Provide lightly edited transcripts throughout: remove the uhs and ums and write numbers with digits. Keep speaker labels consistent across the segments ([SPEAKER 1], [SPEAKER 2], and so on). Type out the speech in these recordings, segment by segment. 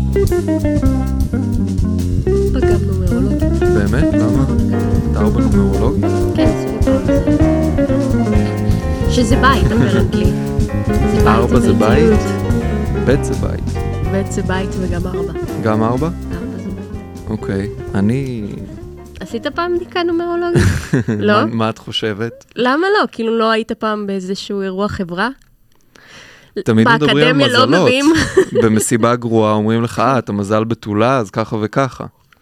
[SPEAKER 1] וגם נומרולוגי.
[SPEAKER 2] באמת? למה? אתה 4 נומרולוגי?
[SPEAKER 1] כן, שזה בית, אפרנטלי.
[SPEAKER 2] 4 זה בית? ב' זה בית.
[SPEAKER 1] ב' זה בית וגם 4.
[SPEAKER 2] גם 4?
[SPEAKER 1] 4 זה בית.
[SPEAKER 2] אוקיי. אני...
[SPEAKER 1] עשית פעם בדיקה נומרולוגית? לא?
[SPEAKER 2] מה את חושבת?
[SPEAKER 1] למה לא? כאילו לא היית פעם באיזשהו אירוע חברה?
[SPEAKER 2] תמיד מדברים על
[SPEAKER 1] באקדמיה לא
[SPEAKER 2] מזלות.
[SPEAKER 1] מביאים.
[SPEAKER 2] במסיבה גרועה אומרים לך, אתה מזל בתולה, אז ככה וככה.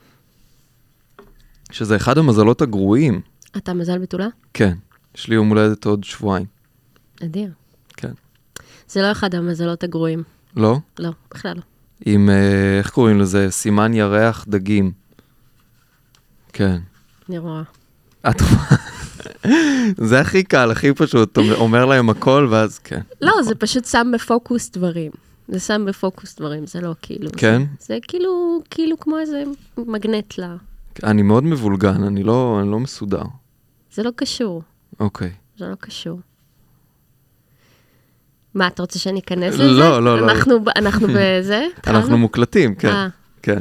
[SPEAKER 2] שזה אחד המזלות הגרועים.
[SPEAKER 1] אתה מזל בתולה?
[SPEAKER 2] כן. יש לי יום הולדת עוד שבועיים.
[SPEAKER 1] אדיר.
[SPEAKER 2] כן.
[SPEAKER 1] זה לא אחד המזלות הגרועים.
[SPEAKER 2] לא?
[SPEAKER 1] לא, בכלל לא.
[SPEAKER 2] עם, איך קוראים לזה? סימן ירח דגים. כן.
[SPEAKER 1] אני רואה.
[SPEAKER 2] את רואה? זה הכי קל, הכי פשוט. אתה אומר להם הכל, ואז כן.
[SPEAKER 1] לא, זה פשוט שם בפוקוס דברים. זה שם בפוקוס דברים, זה לא כאילו...
[SPEAKER 2] כן?
[SPEAKER 1] זה כאילו כמו איזה מגנט לה.
[SPEAKER 2] אני מאוד מבולגן, אני לא מסודר.
[SPEAKER 1] זה לא קשור.
[SPEAKER 2] אוקיי.
[SPEAKER 1] זה לא קשור. מה, אתה רוצה שאני אכנס לזה?
[SPEAKER 2] לא, לא, לא.
[SPEAKER 1] אנחנו בזה?
[SPEAKER 2] אנחנו מוקלטים, כן. כן.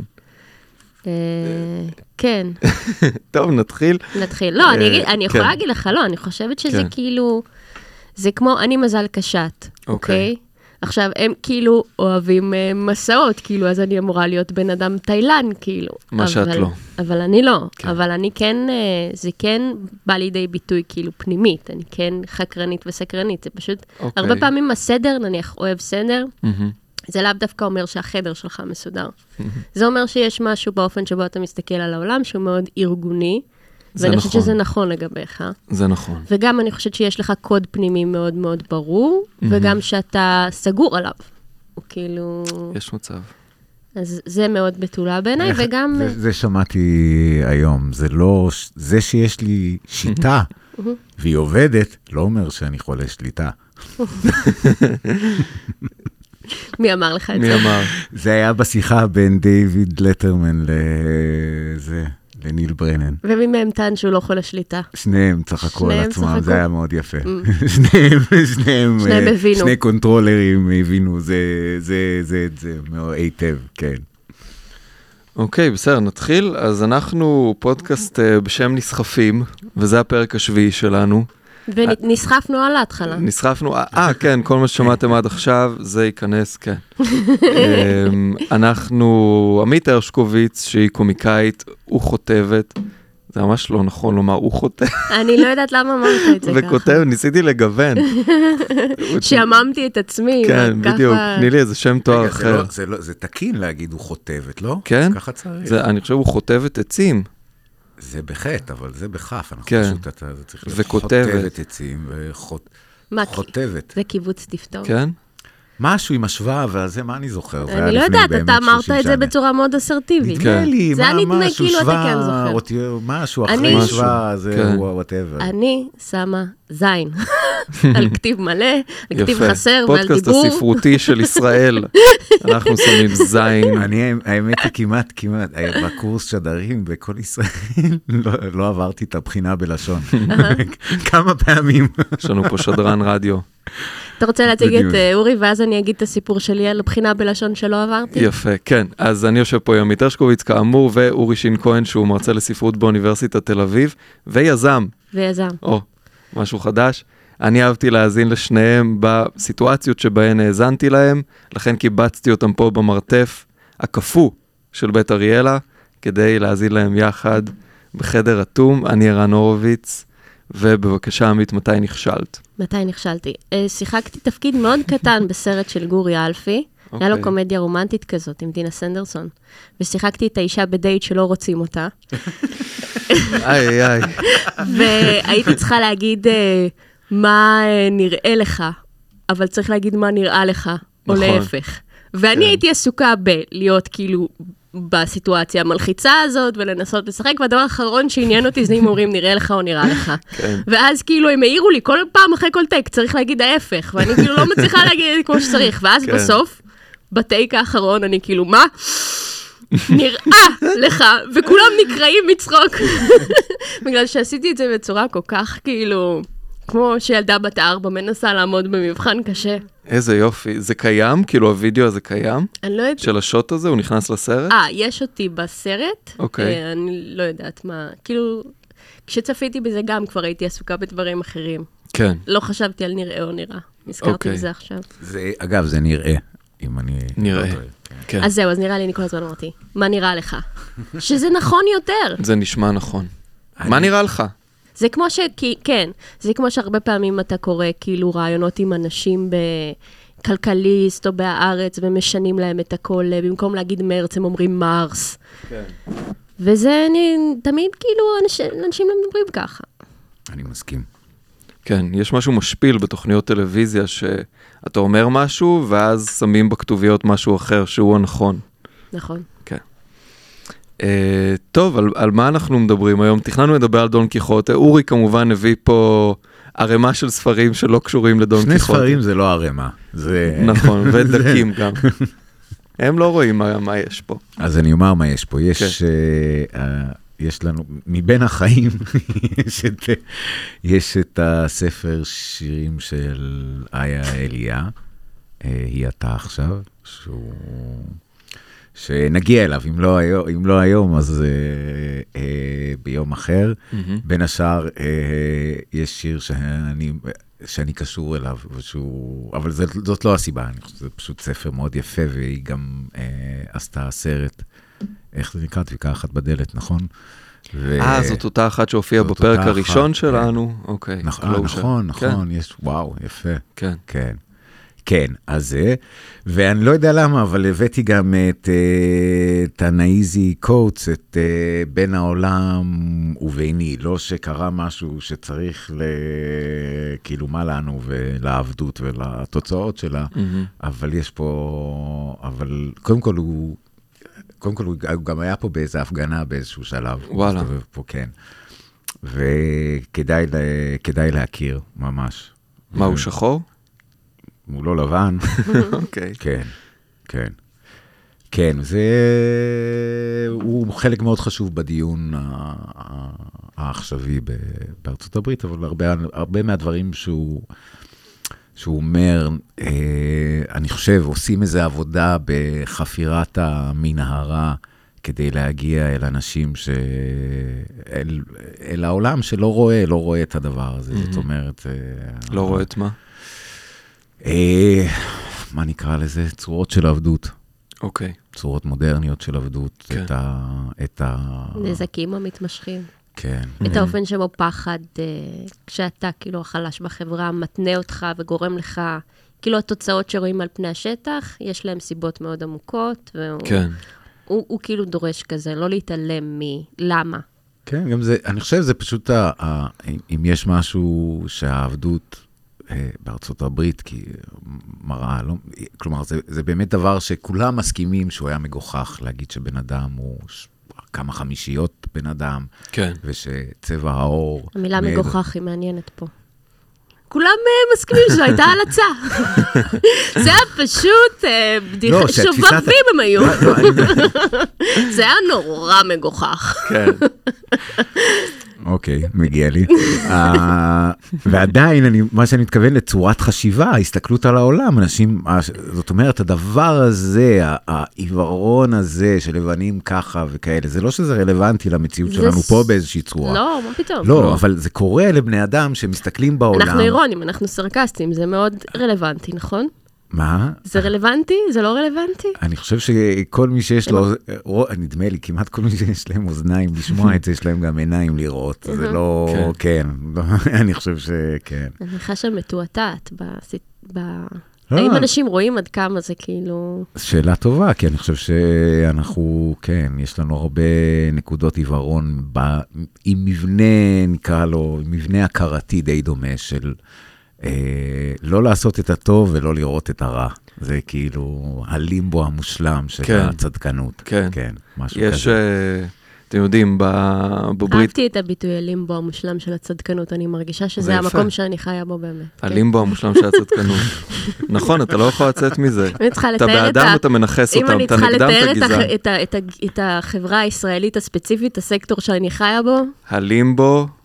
[SPEAKER 1] כן.
[SPEAKER 2] טוב, נתחיל.
[SPEAKER 1] נתחיל. לא, אני יכולה להגיד לך, לא, אני חושבת שזה כאילו, זה כמו, אני מזל קשת, אוקיי? עכשיו, הם כאילו אוהבים מסעות, כאילו, אז אני אמורה להיות בן אדם תאילן, כאילו.
[SPEAKER 2] מה שאת לא.
[SPEAKER 1] אבל אני לא. אבל אני כן, זה כן בא לידי ביטוי, כאילו, פנימית. אני כן חקרנית וסקרנית. זה פשוט, הרבה פעמים הסדר, נניח, אוהב סדר, זה לאו דווקא אומר שהחדר שלך מסודר. זה אומר שיש משהו באופן שבו אתה מסתכל על העולם, שהוא מאוד ארגוני, ואני חושבת שזה נכון לגביך.
[SPEAKER 2] זה נכון.
[SPEAKER 1] וגם אני חושבת שיש לך קוד פנימי מאוד מאוד ברור, וגם שאתה סגור עליו. הוא כאילו...
[SPEAKER 2] יש מצב.
[SPEAKER 1] אז זה מאוד בתולה בעיניי, וגם...
[SPEAKER 3] זה שמעתי היום. זה לא... זה שיש לי שיטה, והיא עובדת, לא אומר שאני חולה שליטה.
[SPEAKER 1] מי אמר לך את זה?
[SPEAKER 2] מי אמר?
[SPEAKER 3] זה היה בשיחה בין דיוויד לטרמן לניל ברנן.
[SPEAKER 1] ומי מהם טען שהוא לא חולה שליטה?
[SPEAKER 3] שניהם צחקו על עצמם, זה היה מאוד יפה.
[SPEAKER 1] שניהם הבינו.
[SPEAKER 3] שני קונטרולרים הבינו, זה מאוד היטב, כן.
[SPEAKER 2] אוקיי, בסדר, נתחיל. אז אנחנו פודקאסט בשם נסחפים, וזה הפרק השביעי שלנו.
[SPEAKER 1] ונסחפנו על ההתחלה.
[SPEAKER 2] נסחפנו, כן, כל מה ששמעתם עד עכשיו, זה ייכנס, כן. אנחנו, עמית הרשקוביץ, שהיא קומיקאית, הוא חוטבת, זה ממש לא נכון לומר, הוא חוטב.
[SPEAKER 1] אני לא יודעת למה אמרת את זה ככה.
[SPEAKER 2] וכותב, ניסיתי לגוון.
[SPEAKER 1] שעממתי את עצמי.
[SPEAKER 2] כן, בדיוק, תני לי איזה שם תואר אחר.
[SPEAKER 3] זה תקין להגיד הוא חוטבת, לא?
[SPEAKER 2] כן?
[SPEAKER 3] ככה צריך.
[SPEAKER 2] אני חושב הוא חוטבת עצים.
[SPEAKER 3] זה בחטא, אבל זה בכף.
[SPEAKER 2] כן.
[SPEAKER 3] פשוט אתה צריך להיות
[SPEAKER 2] וכותבת.
[SPEAKER 3] חוטבת עצים וחוטבת.
[SPEAKER 1] זה קיבוץ תפתור.
[SPEAKER 2] כן?
[SPEAKER 3] משהו עם השוואה, וזה מה אני זוכר.
[SPEAKER 1] אני לא יודעת, אתה אמרת את זה בצורה מאוד אסרטיבית.
[SPEAKER 3] נדמה לי,
[SPEAKER 1] זה היה נדמה
[SPEAKER 3] משהו
[SPEAKER 1] כאילו אתה כן זוכר.
[SPEAKER 3] משהו אחרי שוואה, זה whatever.
[SPEAKER 1] אני שמה זין. על כתיב מלא, על כתיב חסר ועל דיבור.
[SPEAKER 2] פודקאסט הספרותי של ישראל. אנחנו שמים זין.
[SPEAKER 3] האמת היא כמעט, בקורס שדרים בכל ישראל, לא עברתי את הבחינה בלשון. כמה פעמים.
[SPEAKER 2] יש לנו פה שדרן רדיו.
[SPEAKER 1] אתה רוצה להציג את אורי, ואז אני אגיד את הסיפור שלי על הבחינה בלשון שלא עברתי?
[SPEAKER 2] יפה, כן. אז אני יושב פה עם עמית הרשקוביץ, כאמור, ואורי שין כהן, שהוא מרצה לספרות באוניברסיטת תל אביב, ויזם. משהו חדש. אני אהבתי להאזין לשניהם בסיטואציות שבהן האזנתי להם, לכן קיבצתי אותם פה במרתף הקפוא של בית אריאלה, כדי להאזין להם יחד בחדר אטום. אני ערן הורוביץ, ובבקשה עמית, מתי נכשלת?
[SPEAKER 1] מתי נכשלתי? שיחקתי תפקיד מאוד קטן בסרט של גורי אלפי, היה לו קומדיה רומנטית כזאת עם דינה סנדרסון, ושיחקתי את האישה בדייט שלא רוצים אותה.
[SPEAKER 2] איי.
[SPEAKER 1] והייתי צריכה להגיד מה נראה לך, אבל צריך להגיד מה נראה לך, או להפך. ואני הייתי עסוקה בלהיות כאילו בסיטואציה המלחיצה הזאת, ולנסות לשחק, והדבר האחרון שעניין אותי זה אם אומרים נראה לך או נראה לך. ואז כאילו הם העירו לי, כל פעם אחרי כל טייק צריך להגיד ההפך, ואני כאילו לא מצליחה להגיד כמו שצריך, ואז בסוף, בטייק האחרון אני כאילו, מה? נראה לך, וכולם נקראים מצחוק. בגלל שעשיתי את זה בצורה כל כך כאילו כמו שילדה בת 4 מנסה לעמוד במבחן קשה.
[SPEAKER 2] איזה יופי. זה קיים? כאילו הווידאו הזה קיים?
[SPEAKER 1] אני לא יודעת.
[SPEAKER 2] של השוט הזה? הוא נכנס לסרט?
[SPEAKER 1] יש אותי בסרט.
[SPEAKER 2] אוקיי.
[SPEAKER 1] אני לא יודעת מה. כאילו, כשצפיתי בזה גם כבר הייתי עסוקה בדברים אחרים.
[SPEAKER 2] כן.
[SPEAKER 1] לא חשבתי על נראה או נראה. נזכרתי בזה עכשיו.
[SPEAKER 3] אגב, זה נראה. אם אני...
[SPEAKER 2] נראה. כן.
[SPEAKER 1] אז זהו, אז נראה לי, אני כל הזמן אמרתי, מה נראה לך? שזה נכון יותר.
[SPEAKER 2] זה נשמע נכון. מה נראה לך?
[SPEAKER 1] זה כמו כן, זה כמו שהרבה פעמים אתה קורא כאילו רעיונות עם אנשים בכלכליסט או בהארץ, ומשנים להם את הכל, במקום להגיד מרץ, הם אומרים מרס.
[SPEAKER 2] כן.
[SPEAKER 1] וזה תמיד כאילו, אנשים לא מדברים ככה.
[SPEAKER 3] אני מסכים.
[SPEAKER 2] כן, יש משהו משפיל בתוכניות טלוויזיה, שאתה אומר משהו, ואז שמים בכתוביות משהו אחר, שהוא הנכון.
[SPEAKER 1] נכון.
[SPEAKER 2] כן. טוב, על מה אנחנו מדברים היום? תכננו לדבר על דון קיחוטה. אורי כמובן הביא פה ערימה של ספרים שלא קשורים לדון קיחוטה.
[SPEAKER 3] שני ספרים זה לא ערימה.
[SPEAKER 2] נכון, ודקים גם. הם לא רואים מה יש פה.
[SPEAKER 3] אז אני אומר מה יש פה. יש לנו, מבין החיים, יש את הספר שירים של איה אליה, היא אתה עכשיו, שנגיע אליו, אם לא היום, אז ביום אחר. בין השאר, יש שיר שאני קשור אליו, אבל זאת לא הסיבה, אני חושב שזה פשוט ספר מאוד יפה, והיא גם עשתה סרט, איך זה נקרא? דפיקה אחת בדלת, נכון?
[SPEAKER 2] זאת אותה אחת שהופיעה בפרק הראשון שלנו, אוקיי.
[SPEAKER 3] נכון, יש, וואו, יפה.
[SPEAKER 2] כן.
[SPEAKER 3] כן. כן, אז זה, ואני לא יודע למה, אבל הבאתי גם את תנאיזי קוטס, את בין העולם וביני, לא שקרה משהו שצריך כאילו מה לנו ולעבדות ולתוצאות שלה, אבל יש פה, אבל קודם כל הוא גם היה פה באיזו הפגנה באיזשהו שלב.
[SPEAKER 2] וואלה.
[SPEAKER 3] פה, כן. וכדאי להכיר, ממש.
[SPEAKER 2] מה, הוא שחור?
[SPEAKER 3] הוא לא לבן.
[SPEAKER 2] אוקיי.
[SPEAKER 3] כן, כן. כן, הוא חלק מאוד חשוב בדיון העכשווי בארצות הברית, אבל הרבה מהדברים שהוא אומר, אני חושב, עושים איזו עבודה בחפירת המנהרה, כדי להגיע אל אנשים אל העולם שלא רואה את הדבר הזה. זאת אומרת...
[SPEAKER 2] לא רואה את מה?
[SPEAKER 3] מה נקרא לזה? צורות של עבדות.
[SPEAKER 2] אוקיי.
[SPEAKER 3] צורות מודרניות של עבדות. את
[SPEAKER 1] נזקים המתמשכים.
[SPEAKER 3] כן.
[SPEAKER 1] את האופן שבו פחד, כשאתה כאילו החלש בחברה, מתנה אותך וגורם לך, כאילו התוצאות שרואים על פני השטח, יש להם סיבות מאוד עמוקות,
[SPEAKER 2] כן.
[SPEAKER 1] הוא כאילו דורש כזה, לא להתעלם למה.
[SPEAKER 3] כן, גם זה, אני חושב שזה פשוט, אם יש משהו שהעבדות בארצות הברית, כי מראה, לא, כלומר, זה באמת דבר שכולם מסכימים שהוא היה מגוחך, להגיד שבן אדם הוא כמה חמישיות בן אדם,
[SPEAKER 2] כן.
[SPEAKER 3] ושצבע האור...
[SPEAKER 1] המילה מגוחך היא מעניינת פה. כולם מסכימים שזו הייתה הלצה. זה היה פשוט בדיחה, שובבים הם היו. זה היה נורא מגוחך.
[SPEAKER 2] כן.
[SPEAKER 3] אוקיי, מגיע לי. ועדיין, מה שאני מתכוון לצורת חשיבה, ההסתכלות על העולם, אנשים, זאת אומרת, הדבר הזה, העיוורון הזה, של לבנים ככה וכאלה, זה לא שזה רלוונטי למציאות שלנו פה באיזושהי צורה.
[SPEAKER 1] לא, מה פתאום?
[SPEAKER 3] לא, אבל זה קורה לבני אדם שמסתכלים בעולם.
[SPEAKER 1] אנחנו אירונים, אנחנו סרקסטים, זה מאוד רלוונטי, נכון?
[SPEAKER 3] מה?
[SPEAKER 1] זה רלוונטי? זה לא רלוונטי?
[SPEAKER 3] אני חושב שכל מי שיש לו, נדמה לי, כמעט כל מי שיש להם אוזניים לשמוע את זה, יש להם גם עיניים לראות. זה לא, כן, אני חושב שכן.
[SPEAKER 1] אני חשה מתועתעת האם אנשים רואים עד כמה זה כאילו...
[SPEAKER 3] שאלה טובה, כי אני חושב שאנחנו, כן, יש לנו הרבה נקודות עיוורון, עם מבנה, נקרא לו, מבנה הכרתי די דומה של... לא לעשות את הטוב ולא לראות את הרע. זה כאילו הלימבו המושלם של הצדקנות.
[SPEAKER 2] כן.
[SPEAKER 3] כן, משהו
[SPEAKER 2] כזה. יש, אתם יודעים, בברית...
[SPEAKER 1] אהבתי את הביטוי הלימבו המושלם של הצדקנות, אני מרגישה שזה המקום שאני חיה בו באמת.
[SPEAKER 2] הלימבו המושלם של הצדקנות. נכון, אתה לא יכול לצאת מזה. אתה באדם, אתה מנחס אותם, אתה נקדם את הגזען.
[SPEAKER 1] אם אני צריכה לתאר את החברה הישראלית הספציפית, הסקטור שאני חיה בו.
[SPEAKER 2] הלימבו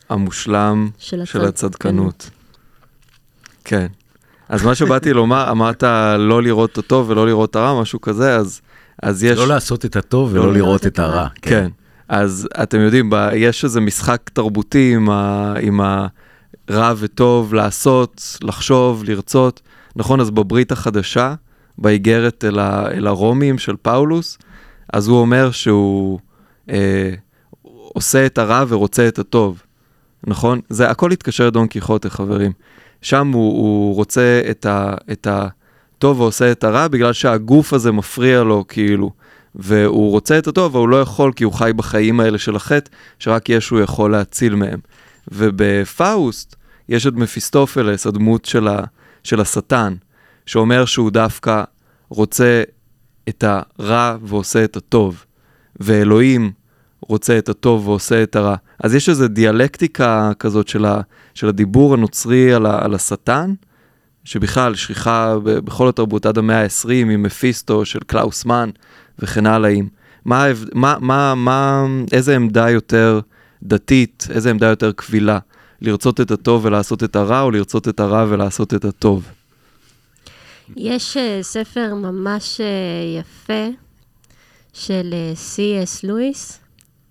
[SPEAKER 2] המושלם של הצדקנות. כן. אז מה שבאתי לומר, אמרת לא לראות את הטוב ולא לראות את הרע, משהו כזה, אז יש...
[SPEAKER 3] לא לעשות את הטוב ולא לראות את הרע.
[SPEAKER 2] כן. אז אתם יודעים, יש איזה משחק תרבותי עם הרע וטוב, לעשות, לחשוב, לרצות. נכון, אז בברית החדשה, באיגרת אל הרומים של פאולוס, אז הוא אומר שהוא עושה את הרע ורוצה את הטוב. נכון? זה הכל התקשר לדון קיחוטה, חברים. שם הוא רוצה את הטוב ועושה את הרע, בגלל שהגוף הזה מפריע לו, כאילו. והוא רוצה את הטוב, אבל הוא לא יכול, כי הוא חי בחיים האלה של החטא, שרק ישו יכול להציל מהם. ובפאוסט, יש את מפיסטופלס, הדמות של השטן, שאומר שהוא דווקא רוצה את הרע ועושה את הטוב. ואלוהים רוצה את הטוב ועושה את הרע. אז יש איזו דיאלקטיקה כזאת של הדיבור הנוצרי על השטן, שבכלל שכיחה בכל התרבות עד המאה ה-20, עם מפיסטו של קלאוסמן וכן הלאה. איזה עמדה יותר דתית, איזה עמדה יותר קבילה, לרצות את הטוב ולעשות את הרע, או לרצות את הרע ולעשות את הטוב?
[SPEAKER 1] יש ספר ממש יפה של C.S. לואיס,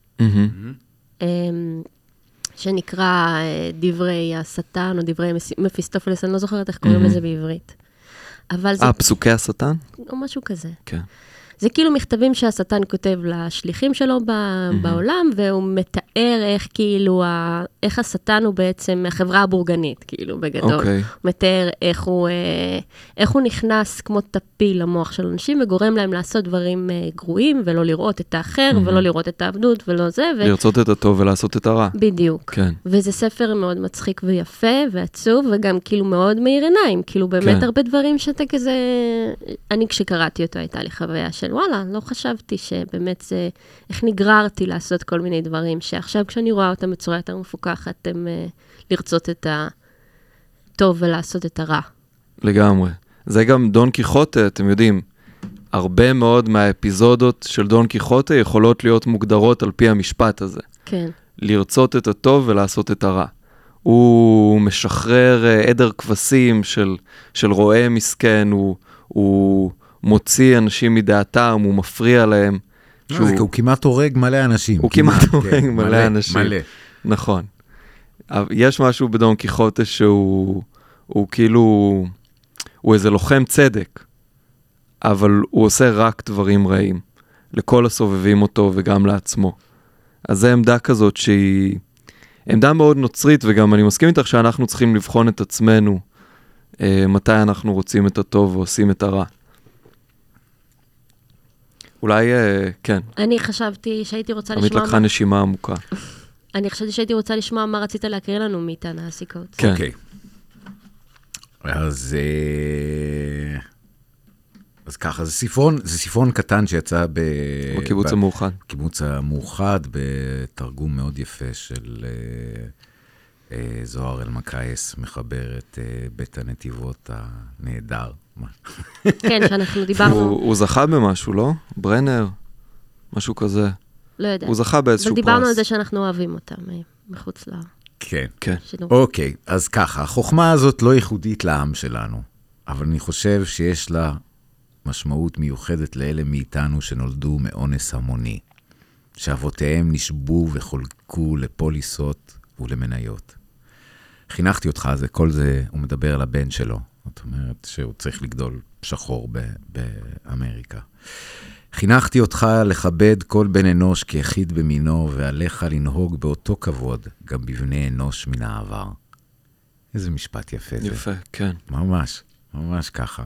[SPEAKER 1] שנקרא דברי השטן, או דברי מפיסטופלס, אני לא זוכרת איך קוראים לזה בעברית.
[SPEAKER 2] פסוקי השטן?
[SPEAKER 1] או משהו כזה.
[SPEAKER 2] כן.
[SPEAKER 1] זה כאילו מכתבים שהשטן כותב לשליחים שלו בעולם, והוא מתאר איך כאילו, איך השטן הוא בעצם החברה הבורגנית, כאילו בגדול. הוא מתאר איך הוא נכנס כמו טפיל למוח של אנשים, וגורם להם לעשות דברים גרועים, ולא לראות את האחר, ולא לראות את העבדות, ולא זה.
[SPEAKER 2] לרצות את הטוב ולעשות את הרע.
[SPEAKER 1] בדיוק.
[SPEAKER 2] כן.
[SPEAKER 1] וזה ספר מאוד מצחיק ויפה, ועצוב, וגם כאילו מאוד מאיר עיניים. כאילו באמת הרבה דברים שאתה כזה... אני כשקראתי אותו הייתה לי חוויה של וואלה, לא חשבתי שבאמת זה, איך נגררתי לעשות כל מיני דברים, שעכשיו כשאני רואה אותם בצורה יותר מפוקחת, הם לרצות את הטוב ולעשות את הרע.
[SPEAKER 2] לגמרי. זה גם דון קיחוטה, אתם יודעים, הרבה מאוד מהאפיזודות של דון קיחוטה יכולות להיות מוגדרות על פי המשפט הזה.
[SPEAKER 1] כן.
[SPEAKER 2] לרצות את הטוב ולעשות את הרע. הוא משחרר עדר כבשים של רועה מסכן, הוא מוציא אנשים מדעתם, הוא מפריע להם.
[SPEAKER 3] הוא כמעט הורג מלא אנשים.
[SPEAKER 2] הוא כמעט הורג מלא אנשים. נכון. יש משהו בדון קיחוטה שהוא כאילו, הוא איזה לוחם צדק, אבל הוא עושה רק דברים רעים, לכל הסובבים אותו וגם לעצמו. אז זו עמדה כזאת שהיא עמדה מאוד נוצרית, וגם אני מסכים איתך שאנחנו צריכים לבחון את עצמנו, מתי אנחנו רוצים את הטוב ועושים את הרע. אולי, כן.
[SPEAKER 1] אני חשבתי שהייתי רוצה לשמוע...
[SPEAKER 2] עמית לקחה נשימה עמוקה.
[SPEAKER 1] אני חשבתי שהייתי רוצה לשמוע מה רצית להקריא לנו מאיתן העסיקות.
[SPEAKER 2] כן.
[SPEAKER 3] אוקיי. אז ככה, זה ספרון קטן שיצא
[SPEAKER 2] בקיבוץ המאוחד.
[SPEAKER 3] בקיבוץ המאוחד, בתרגום מאוד יפה של זוהר אלמקייס, מחבר את בית הנתיבות הנהדר.
[SPEAKER 1] כן, שאנחנו דיברנו.
[SPEAKER 2] הוא זכה במשהו, לא? ברנר? משהו כזה.
[SPEAKER 1] לא יודע.
[SPEAKER 2] הוא זכה באיזשהו פרס.
[SPEAKER 1] אבל דיברנו על זה שאנחנו אוהבים אותם מחוץ ל...
[SPEAKER 3] כן.
[SPEAKER 2] כן.
[SPEAKER 3] אוקיי, אז ככה, החוכמה הזאת לא ייחודית לעם שלנו, אבל אני חושב שיש לה משמעות מיוחדת לאלה מאיתנו שנולדו מאונס המוני, שאבותיהם נשבו וחולקו לפוליסות ולמניות. חינכתי אותך, כל זה, הוא מדבר על הבן שלו, זאת אומרת שהוא צריך לגדול שחור באמריקה. חינכתי אותך לכבד כל בן אנוש כיחיד במינו, ועליך לנהוג באותו כבוד גם בבני אנוש מן העבר. איזה משפט יפה זה.
[SPEAKER 2] יפה, כן.
[SPEAKER 3] ממש, ממש ככה.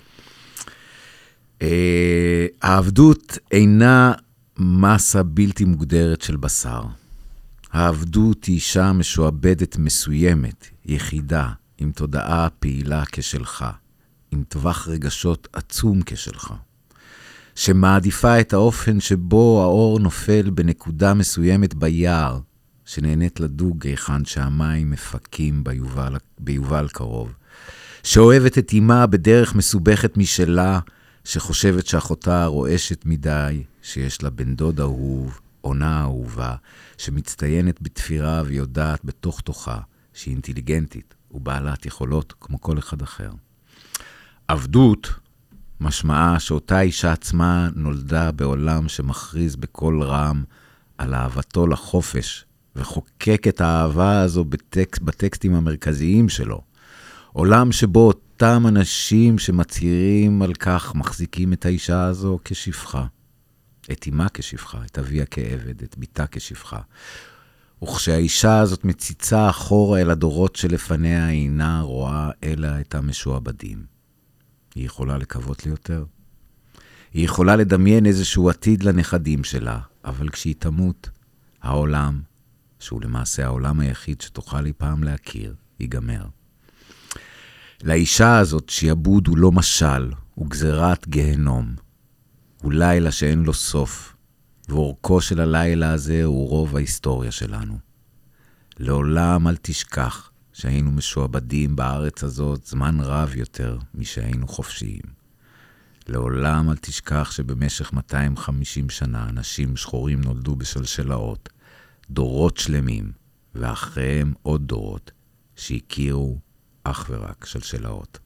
[SPEAKER 3] העבדות אינה מסה בלתי מוגדרת של בשר. העבדות היא אישה משועבדת מסוימת, יחידה, עם תודעה פעילה כשלך, עם טווח רגשות עצום כשלך, שמעדיפה את האופן שבו האור נופל בנקודה מסוימת ביער, שנהנית לדוג היכן שהמים מפקים ביובל קרוב, שאוהבת את אימה בדרך מסובכת משלה, שחושבת שאחותה רועשת מדי, שיש לה בן דוד אהוב, עונה אהובה, שמצטיינת בתפירה ויודעת בתוך תוכה שהיא אינטליגנטית ובעלת יכולות כמו כל אחד אחר. עבדות משמעה שאותה אישה עצמה נולדה בעולם שמכריז בכל רם על אהבתו לחופש, וחוקק את האהבה הזו בטקסטים המרכזיים שלו. עולם שבו אותם אנשים שמצהירים על כך מחזיקים את האישה הזו כשפחה. את אמה כשפחה, את אביה כעבד, את ביתה כשפחה. וכשהאישה הזאת מציצה אחורה אל הדורות שלפניה, אינה רואה אלא את המשועבדים. היא יכולה לקוות ליותר. היא יכולה לדמיין איזשהו עתיד לנכדים שלה, אבל כשהיא תמות, העולם, שהוא למעשה העולם היחיד שתוכל אי פעם להכיר, ייגמר. לאישה הזאת שיעבוד הוא לא משל, הוא גזירת גהנום. הוא לילה שאין לו סוף, ואורכו של הלילה הזה הוא רוב ההיסטוריה שלנו. לעולם אל תשכח שהיינו משועבדים בארץ הזאת זמן רב יותר משהיינו חופשיים. לעולם אל תשכח שבמשך 250 שנה אנשים שחורים נולדו בשלשלאות, דורות שלמים, ואחריהם עוד דורות שהכירו אך ורק שלשלאות.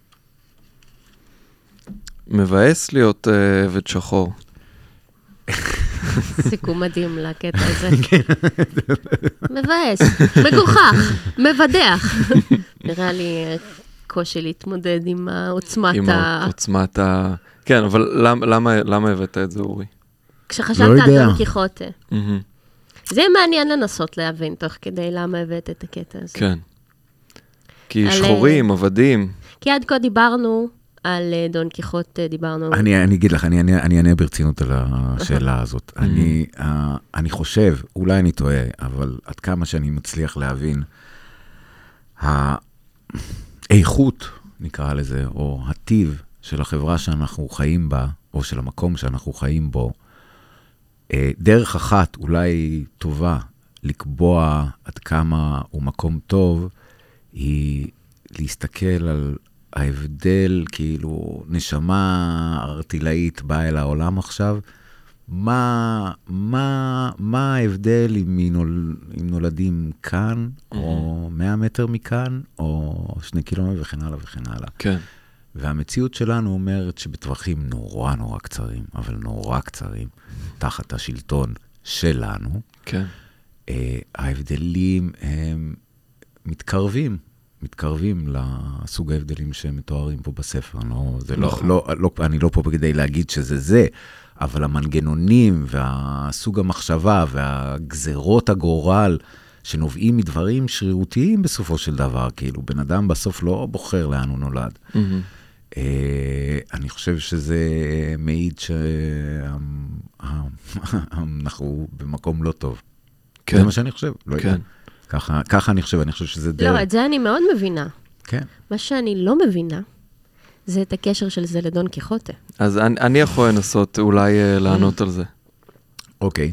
[SPEAKER 2] מבאס להיות עבד שחור.
[SPEAKER 1] סיכום מדהים לקטע הזה. מבאס, מגוחך, מבדח. נראה לי קושי להתמודד עם
[SPEAKER 2] עוצמת ה... כן, אבל למה הבאת את זה, אורי?
[SPEAKER 1] כשחשבת על דון קיחוטה. זה מעניין לנסות להבין תוך כדי למה הבאת את הקטע הזה.
[SPEAKER 2] כן. כי שחורים, עבדים.
[SPEAKER 1] כי עד כה דיברנו על דון קיחוט, דיברנו...
[SPEAKER 3] אני אגיד לך, אני אענה ברצינות על השאלה הזאת. אני חושב, אולי אני טועה, אבל עד כמה שאני מצליח להבין, האיכות, נקרא לזה, או הטיב של החברה שאנחנו חיים בה, או של המקום שאנחנו חיים בו, דרך אחת אולי טובה לקבוע עד כמה הוא מקום טוב, היא להסתכל על ההבדל, כאילו נשמה ארטילאית באה אל העולם עכשיו, מה ההבדל אם נולדים כאן, או 100 מטר מכאן, או 2 קילומטר וכן הלאה וכן הלאה.
[SPEAKER 2] כן.
[SPEAKER 3] והמציאות שלנו אומרת שבטווחים נורא נורא קצרים, אבל נורא קצרים, תחת השלטון שלנו,
[SPEAKER 2] כן.
[SPEAKER 3] ההבדלים הם מתקרבים לסוג ההבדלים שמתוארים פה בספר. אני לא פה כדי להגיד שזה זה, אבל המנגנונים והסוג המחשבה והגזרות הגורל שנובעים מדברים שרירותיים בסופו של דבר, כאילו בן אדם בסוף לא בוחר לאן הוא נולד. אני חושב שזה מעיד שאנחנו במקום לא טוב. זה מה שאני חושב, לא יודע. ככה אני חושב שזה דרך.
[SPEAKER 1] לא, את זה אני מאוד מבינה.
[SPEAKER 3] כן.
[SPEAKER 1] מה שאני לא מבינה, זה את הקשר של זה לדון קיחוטה.
[SPEAKER 2] אז אני יכול לנסות אולי לענות על זה.
[SPEAKER 3] אוקיי.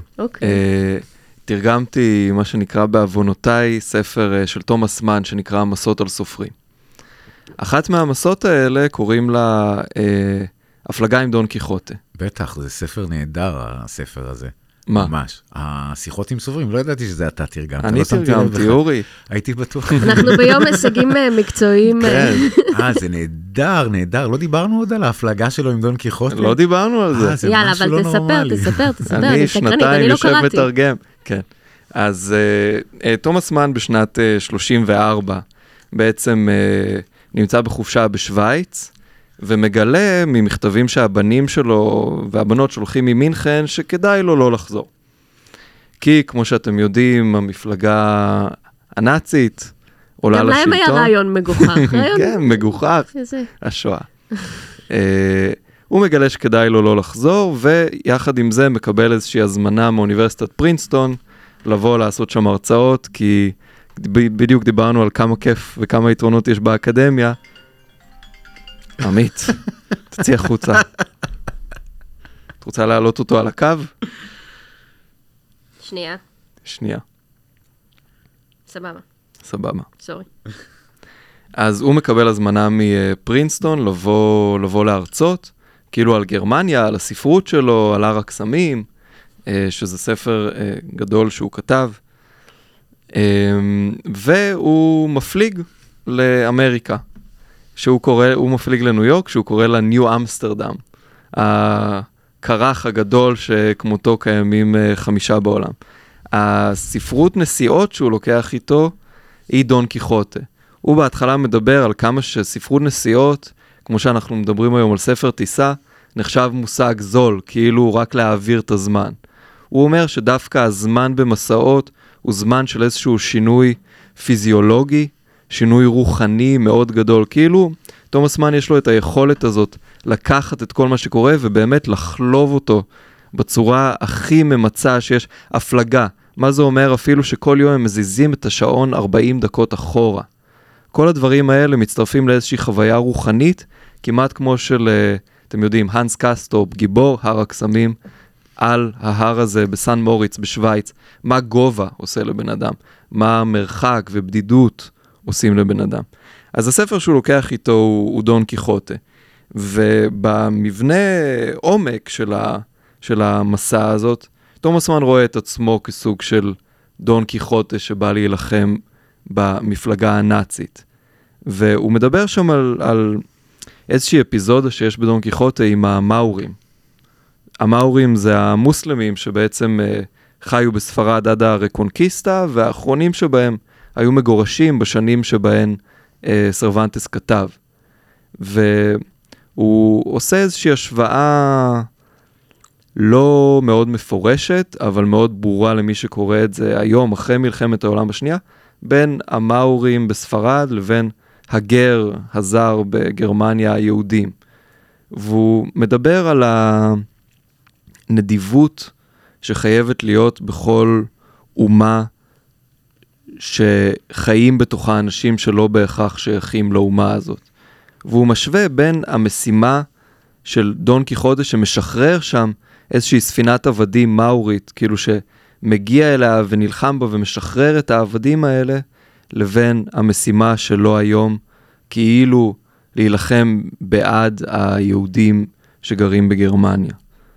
[SPEAKER 2] תרגמתי מה שנקרא בעוונותיי ספר של תומאס מן שנקרא המסות על סופרים. אחת מהמסות האלה קוראים לה הפלגה עם דון קיחוטה.
[SPEAKER 3] בטח, זה ספר נהדר הספר הזה.
[SPEAKER 2] מה?
[SPEAKER 3] ממש. השיחות עם סופרים, לא ידעתי שזה אתה תרגמת.
[SPEAKER 2] אני תרגמתי, אורי.
[SPEAKER 3] הייתי בטוח.
[SPEAKER 1] אנחנו ביום הישגים מקצועיים.
[SPEAKER 2] כן.
[SPEAKER 3] זה נהדר, נהדר. לא דיברנו עוד על ההפלגה שלו עם דון קיחוטה.
[SPEAKER 2] לא דיברנו על זה.
[SPEAKER 1] יאללה, אבל תספר.
[SPEAKER 2] אני שנתיים יושב ותרגם. כן. אז תומאס מן בשנת 34 בעצם נמצא בחופשה בשוויץ, ומגלה ממכתבים שהבנים שלו והבנות שולחים ממינכן שכדאי לו לא לחזור. כי כמו שאתם יודעים, המפלגה הנאצית עולה לשלטון.
[SPEAKER 1] גם להם היה רעיון מגוחך.
[SPEAKER 2] כן, מגוחך. השואה. הוא מגלה שכדאי לו לא לחזור, ויחד עם זה מקבל איזושהי הזמנה מאוניברסיטת פרינסטון, לבוא לעשות שם הרצאות, כי בדיוק דיברנו על כמה כיף וכמה יתרונות יש באקדמיה. עמית, תציא החוצה. את רוצה להעלות אותו על הקו? שנייה. סבבה.
[SPEAKER 1] סורי.
[SPEAKER 2] אז הוא מקבל הזמנה מפרינסטון לבוא להרצות, כאילו על גרמניה, על הספרות שלו, על הר הקסמים, שזה ספר גדול שהוא כתב, והוא מפליג לאמריקה, הוא מפליג לניו יורק, שהוא קורא לה ניו אמסטרדם, הכרך הגדול שכמותו קיימים 5 בעולם. הספרות נסיעות שהוא לוקח איתו היא דון קיחוטה. הוא בהתחלה מדבר על כמה שספרות נסיעות, כמו שאנחנו מדברים היום על ספר טיסה, נחשב מושג זול, כאילו רק להעביר את הזמן. הוא אומר שדווקא הזמן במסעות הוא זמן של איזשהו שינוי פיזיולוגי, שינוי רוחני מאוד גדול. כאילו, תומאס מאן יש לו את היכולת הזאת לקחת את כל מה שקורה ובאמת לחלוב אותו בצורה הכי ממצה שיש. הפלגה, מה זה אומר? אפילו שכל יום הם מזיזים את השעון 40 דקות אחורה. כל הדברים האלה מצטרפים לאיזושהי חוויה רוחנית, כמעט כמו של, אתם יודעים, הנס קסטופ, גיבור הר הקסמים, על ההר הזה בסן מוריץ בשוויץ, מה גובה עושה לבן אדם, מה מרחק ובדידות עושים לבן אדם. אז הספר שהוא לוקח איתו הוא דון קיחוטה, ובמבנה עומק של המסע הזאת, תומאס מאן רואה את עצמו כסוג של דון קיחוטה שבא להילחם במפלגה הנאצית. והוא מדבר שם על איזושהי אפיזודה שיש בדון קיחוטה עם המאורים. המאורים זה המוסלמים שבעצם חיו בספרד עד הרקונקיסטה, והאחרונים שבהם היו מגורשים בשנים שבהן סרוונטס כתב. והוא עושה איזושהי השוואה לא מאוד מפורשת, אבל מאוד ברורה למי שקורא את זה היום, אחרי מלחמת העולם השנייה, בין המאורים בספרד לבין הגר הזר בגרמניה היהודים. והוא מדבר על הנדיבות שחייבת להיות בכל אומה שחיים בתוכה אנשים שלא בהכרח שייכים לאומה הזאת. והוא משווה בין המשימה של דון קיחוטה שמשחרר שם איזושהי ספינת עבדים מאורית, כאילו שמגיע אליה ונלחם בה ומשחרר את העבדים האלה, לבין המשימה שלו היום, כאילו להילחם בעד היהודים שגרים בגרמניה.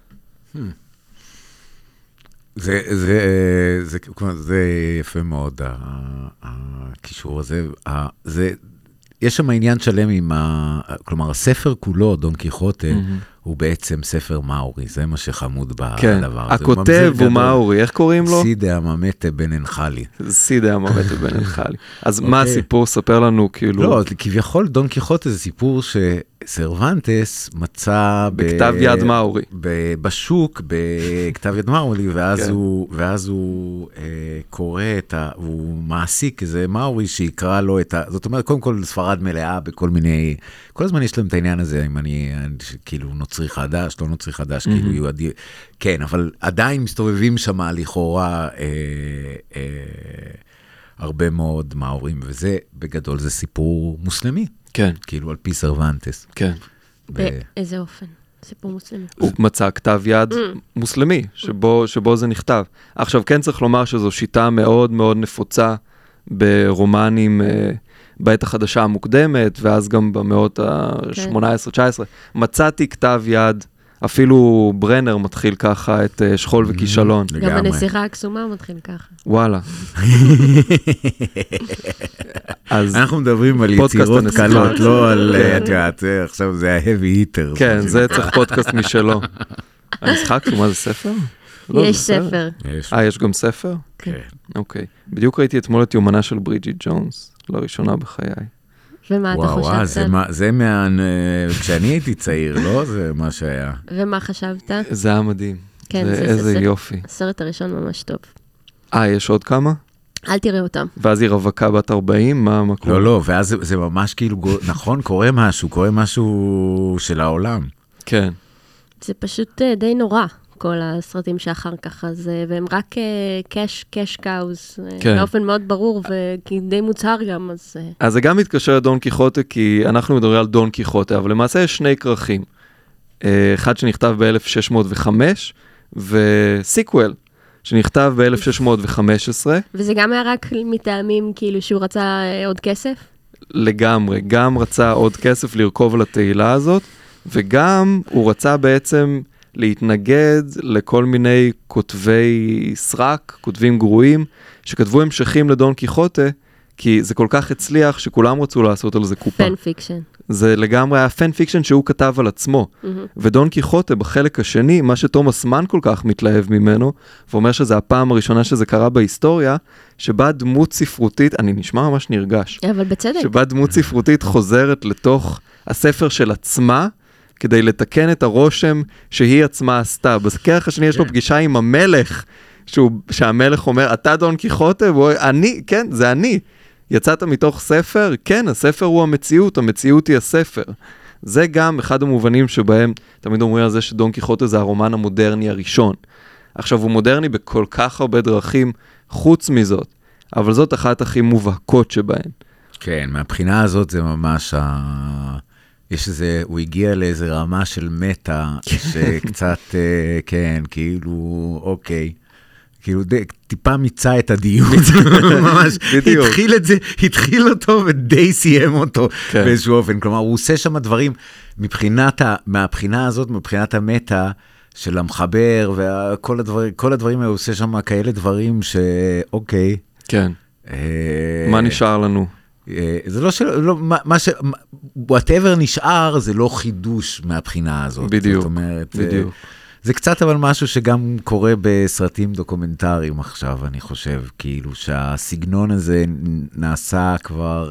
[SPEAKER 3] זה יפה מאוד, הקישור הזה. יש שם עניין שלם עם כלומר, הספר כולו, דון קיחוטה, הוא בעצם ספר מאורי, זה מה שחמוד בדבר הזה.
[SPEAKER 2] הכותב הוא מאורי, איך קוראים לו?
[SPEAKER 3] סידה הממתה בן אנחלי.
[SPEAKER 2] סידה הממתה בן אנחלי. אז מה הסיפור? ספר לנו כאילו...
[SPEAKER 3] לא, כביכול דון קיחוטה זה סיפור שסרוונטס מצא...
[SPEAKER 2] בכתב יד מאורי.
[SPEAKER 3] בשוק, בכתב יד מאורי, ואז הוא קורא הוא מעסיק איזה מאורי שיקרא לו את זאת אומרת, קודם כל ספרד מלאה בכל מיני... כל הזמן יש להם את העניין הזה, אם אני כאילו נוצרי חדש, לא נוצרי חדש, כאילו יהודי, כן, אבל עדיין מסתובבים שם לכאורה הרבה מאוד מאורים, וזה בגדול זה סיפור מוסלמי.
[SPEAKER 2] כן.
[SPEAKER 3] כאילו על פי סרוונטס.
[SPEAKER 2] כן.
[SPEAKER 1] באיזה אופן? סיפור מוסלמי.
[SPEAKER 2] הוא מצא כתב יד מוסלמי, שבו זה נכתב. עכשיו כן צריך לומר שזו שיטה מאוד מאוד נפוצה ברומנים בעת החדשה המוקדמת, ואז גם במאות ה-18-19. מצאתי כתב יד, אפילו ברנר מתחיל ככה את שכול וכישלון.
[SPEAKER 1] גם הנסיכה הקסומה מתחיל ככה.
[SPEAKER 2] וואלה.
[SPEAKER 3] אנחנו מדברים על יצירות קלות, לא על, עכשיו זה ה-heavy hitter.
[SPEAKER 2] כן, זה צריך פודקאסט משלו. הנסיכה הקסומה זה ספר?
[SPEAKER 1] יש ספר.
[SPEAKER 2] יש גם ספר?
[SPEAKER 3] כן.
[SPEAKER 2] אוקיי. בדיוק ראיתי אתמול את יומנה של ברידג'יט ג'ונס, לראשונה בחיי.
[SPEAKER 1] ומה אתה חשבת?
[SPEAKER 3] זה כשאני הייתי צעיר, לא? זה מה שהיה.
[SPEAKER 1] ומה חשבת?
[SPEAKER 2] זה היה מדהים.
[SPEAKER 1] כן,
[SPEAKER 2] איזה יופי.
[SPEAKER 1] הסרט הראשון ממש טוב.
[SPEAKER 2] יש עוד כמה?
[SPEAKER 1] אל תראה אותם.
[SPEAKER 2] ואז היא רווקה בת 40, מה קורה?
[SPEAKER 3] לא, ואז זה ממש כאילו, נכון, קורה משהו של העולם.
[SPEAKER 2] כן.
[SPEAKER 1] זה פשוט די נורא. כל הסרטים שאחר כך, והם רק קש קאוז, באופן מאוד ברור, ודי מוצהר גם,
[SPEAKER 2] אז זה גם מתקשר לדון קיחוטה, כי אנחנו מדברים על דון קיחוטה, אבל למעשה יש שני כרכים. אחד שנכתב ב-1605, וסיקוול, שנכתב ב-1615.
[SPEAKER 1] וזה גם היה רק מטעמים, כאילו שהוא רצה עוד כסף?
[SPEAKER 2] לגמרי, גם רצה עוד כסף לרכוב לתהילה הזאת, וגם הוא רצה בעצם להתנגד לכל מיני כותבי סרק, כותבים גרועים, שכתבו המשכים לדון קיחוטה, כי זה כל כך הצליח שכולם רצו לעשות על זה קופה.
[SPEAKER 1] פן פיקשן.
[SPEAKER 2] זה לגמרי היה פן פיקשן שהוא כתב על עצמו. ודון קיחוטה בחלק השני, מה שתומאס מן כל כך מתלהב ממנו, ואומר שזה הפעם הראשונה שזה קרה בהיסטוריה, שבה דמות ספרותית, אני נשמע ממש נרגש.
[SPEAKER 1] אבל בצדק.
[SPEAKER 2] שבה דמות ספרותית חוזרת לתוך הספר של עצמה, כדי לתקן את הרושם שהיא עצמה עשתה. בכרך השני יש לו פגישה עם המלך, שהמלך אומר, אתה דון קיחוטה? אני, כן, זה אני. יצאת מתוך ספר? כן, הספר הוא המציאות, המציאות היא הספר. זה גם אחד המובנים שבהם, תמיד אומרים על זה שדון קיחוטה זה הרומן המודרני הראשון. עכשיו, הוא מודרני בכל כך הרבה דרכים חוץ מזאת, אבל זאת אחת הכי מובהקות שבהן.
[SPEAKER 3] כן, מהבחינה הזאת זה ממש יש איזה, הוא הגיע לאיזה רמה של מטה, שקצת, כן, כאילו, אוקיי. כאילו, טיפה מיצה את הדיון, ממש, התחיל את זה, התחיל אותו ודי סיים אותו באיזשהו אופן, כלומר, הוא עושה שם דברים, מהבחינה הזאת, מבחינת המטה של המחבר, וכל הדברים האלה, הוא עושה שם כאלה דברים שאוקיי.
[SPEAKER 2] כן. מה נשאר לנו?
[SPEAKER 3] זה לא, מה ש... whatever נשאר, זה לא חידוש מהבחינה הזאת.
[SPEAKER 2] בדיוק,
[SPEAKER 3] זאת אומרת,
[SPEAKER 2] בדיוק.
[SPEAKER 3] זה קצת אבל משהו שגם קורה בסרטים דוקומנטריים עכשיו, אני חושב, כאילו שהסגנון הזה נעשה כבר,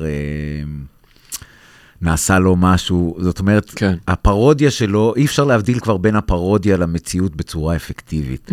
[SPEAKER 3] נעשה לו משהו, זאת אומרת,
[SPEAKER 2] כן.
[SPEAKER 3] הפרודיה שלו, אי אפשר להבדיל כבר בין הפרודיה למציאות בצורה אפקטיבית.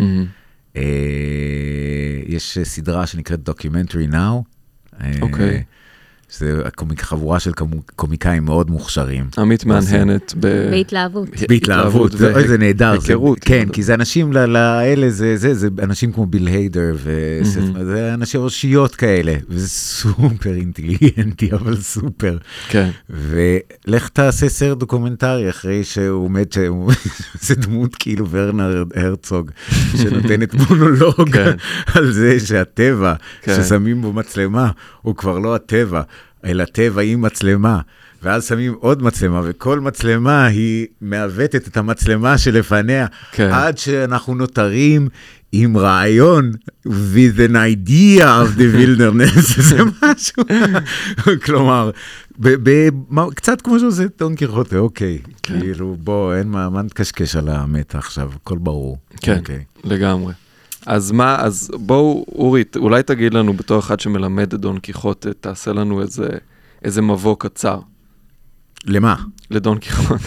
[SPEAKER 3] יש סדרה שנקראת Documentary Now,
[SPEAKER 2] אוקיי.
[SPEAKER 3] זה חבורה של קומיקאים מאוד מוכשרים.
[SPEAKER 2] עמית מהנהנת
[SPEAKER 1] בהתלהבות.
[SPEAKER 3] בהתלהבות, זה נהדר.
[SPEAKER 2] היכרות.
[SPEAKER 3] כן, כי זה אנשים לאלה, זה אנשים כמו ביל היידר, זה אנשים ראשיות כאלה, וזה סופר אינטליגנטי, אבל סופר.
[SPEAKER 2] כן.
[SPEAKER 3] ולך תעשה סרט דוקומנטרי, אחרי שהוא מת, זה דמות כאילו ורנר הרצוג, שנותנת מונולוג על זה שהטבע, ששמים בו מצלמה, הוא כבר לא הטבע, אלא טבע עם מצלמה, ואז שמים עוד מצלמה, וכל מצלמה היא מעוותת את המצלמה שלפניה, עד שאנחנו נותרים עם רעיון, with an idea of the wilderness, זה משהו, כלומר, קצת כמו שזה דון קיחוטה, אוקיי, כאילו בוא, אין מה נתקשקש על המטה עכשיו, הכל ברור.
[SPEAKER 2] כן, לגמרי. אז מה, אז בואו, אורי, אולי תגיד לנו בתור אחד שמלמד את דון קיחוטה, תעשה לנו איזה מבוא קצר.
[SPEAKER 3] למה?
[SPEAKER 2] לדון קיחוטה.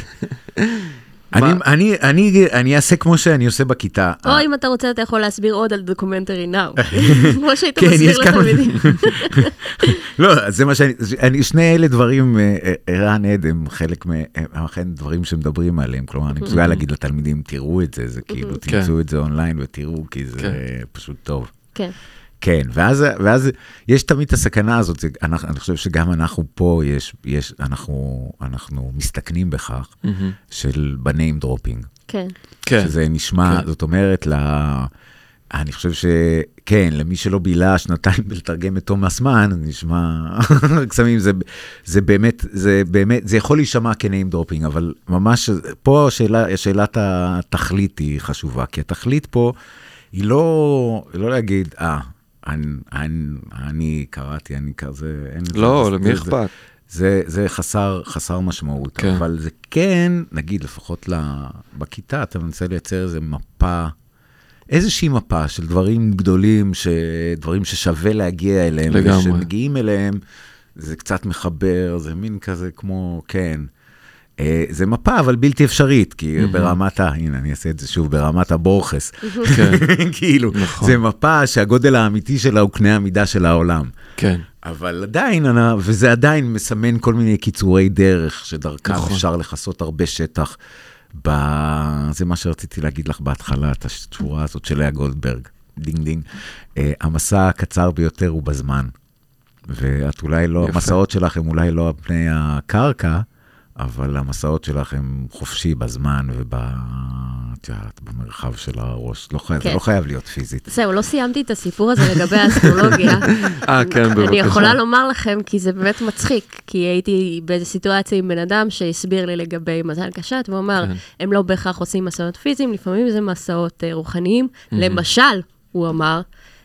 [SPEAKER 3] אני אעשה כמו שאני עושה בכיתה.
[SPEAKER 1] או אם אתה רוצה, אתה יכול להסביר עוד על דוקומנטרי נאו. כמו שהיית מסביר לתלמידים.
[SPEAKER 3] לא, זה מה שאני, שני אלה דברים, ערן עדם, חלק מהכן דברים שמדברים עליהם, כלומר, אני מסוגל להגיד לתלמידים, תראו את זה, זה כאילו, תמצאו את זה אונליין ותראו, כי זה פשוט טוב.
[SPEAKER 1] כן.
[SPEAKER 3] כן, ואז יש תמיד את הסכנה הזאת, אני חושב שגם אנחנו פה, אנחנו מסתכנים בכך, של בניים דרופינג.
[SPEAKER 1] כן.
[SPEAKER 3] שזה נשמע, זאת אומרת, אני חושב שכן, למי שלא בילה שנתיים בלתרגם את תומאס מן, נשמע, קסמים, זה באמת, זה יכול להישמע כניים דרופינג, אבל ממש, פה שאלת התכלית היא חשובה, כי התכלית פה היא לא להגיד, אני קראתי, אני כזה...
[SPEAKER 2] לא, למי אכפת?
[SPEAKER 3] זה חסר משמעות, אבל זה כן, נגיד, לפחות בכיתה, אתה מנסה לייצר איזושהי מפה של דברים גדולים, דברים ששווה להגיע אליהם, ושמגיעים אליהם, זה קצת מחבר, זה מין כזה כמו, כן. זה מפה, אבל בלתי אפשרית, כי ברמת הנה, אני אעשה את זה שוב, ברמת הבורכס. כאילו, זה מפה שהגודל האמיתי שלה הוא קנה המידה של העולם.
[SPEAKER 2] כן.
[SPEAKER 3] אבל עדיין, וזה עדיין מסמן כל מיני קיצורי דרך, שדרכם אפשר לחסות הרבה שטח. זה מה שרציתי להגיד לך בהתחלה, את השורה הזאת של לאה גולדברג. דינג דינג. המסע הקצר ביותר הוא בזמן. ואת אולי לא, המסעות שלך הם אולי לא פני הקרקע, אבל המסעות שלך הם חופשי בזמן את יודעת, במרחב של הראש, זה לא חייב להיות פיזית.
[SPEAKER 1] זהו, לא סיימתי את הסיפור הזה לגבי האסטרולוגיה.
[SPEAKER 2] כן, בבקשה.
[SPEAKER 1] אני יכולה לומר לכם, כי זה באמת מצחיק, כי הייתי באיזו סיטואציה עם בן אדם שהסביר לי לגבי מזל קשת, והוא אמר, הם לא בהכרח עושים מסעות פיזיים, לפעמים זה מסעות רוחניים. למשל, הוא אמר,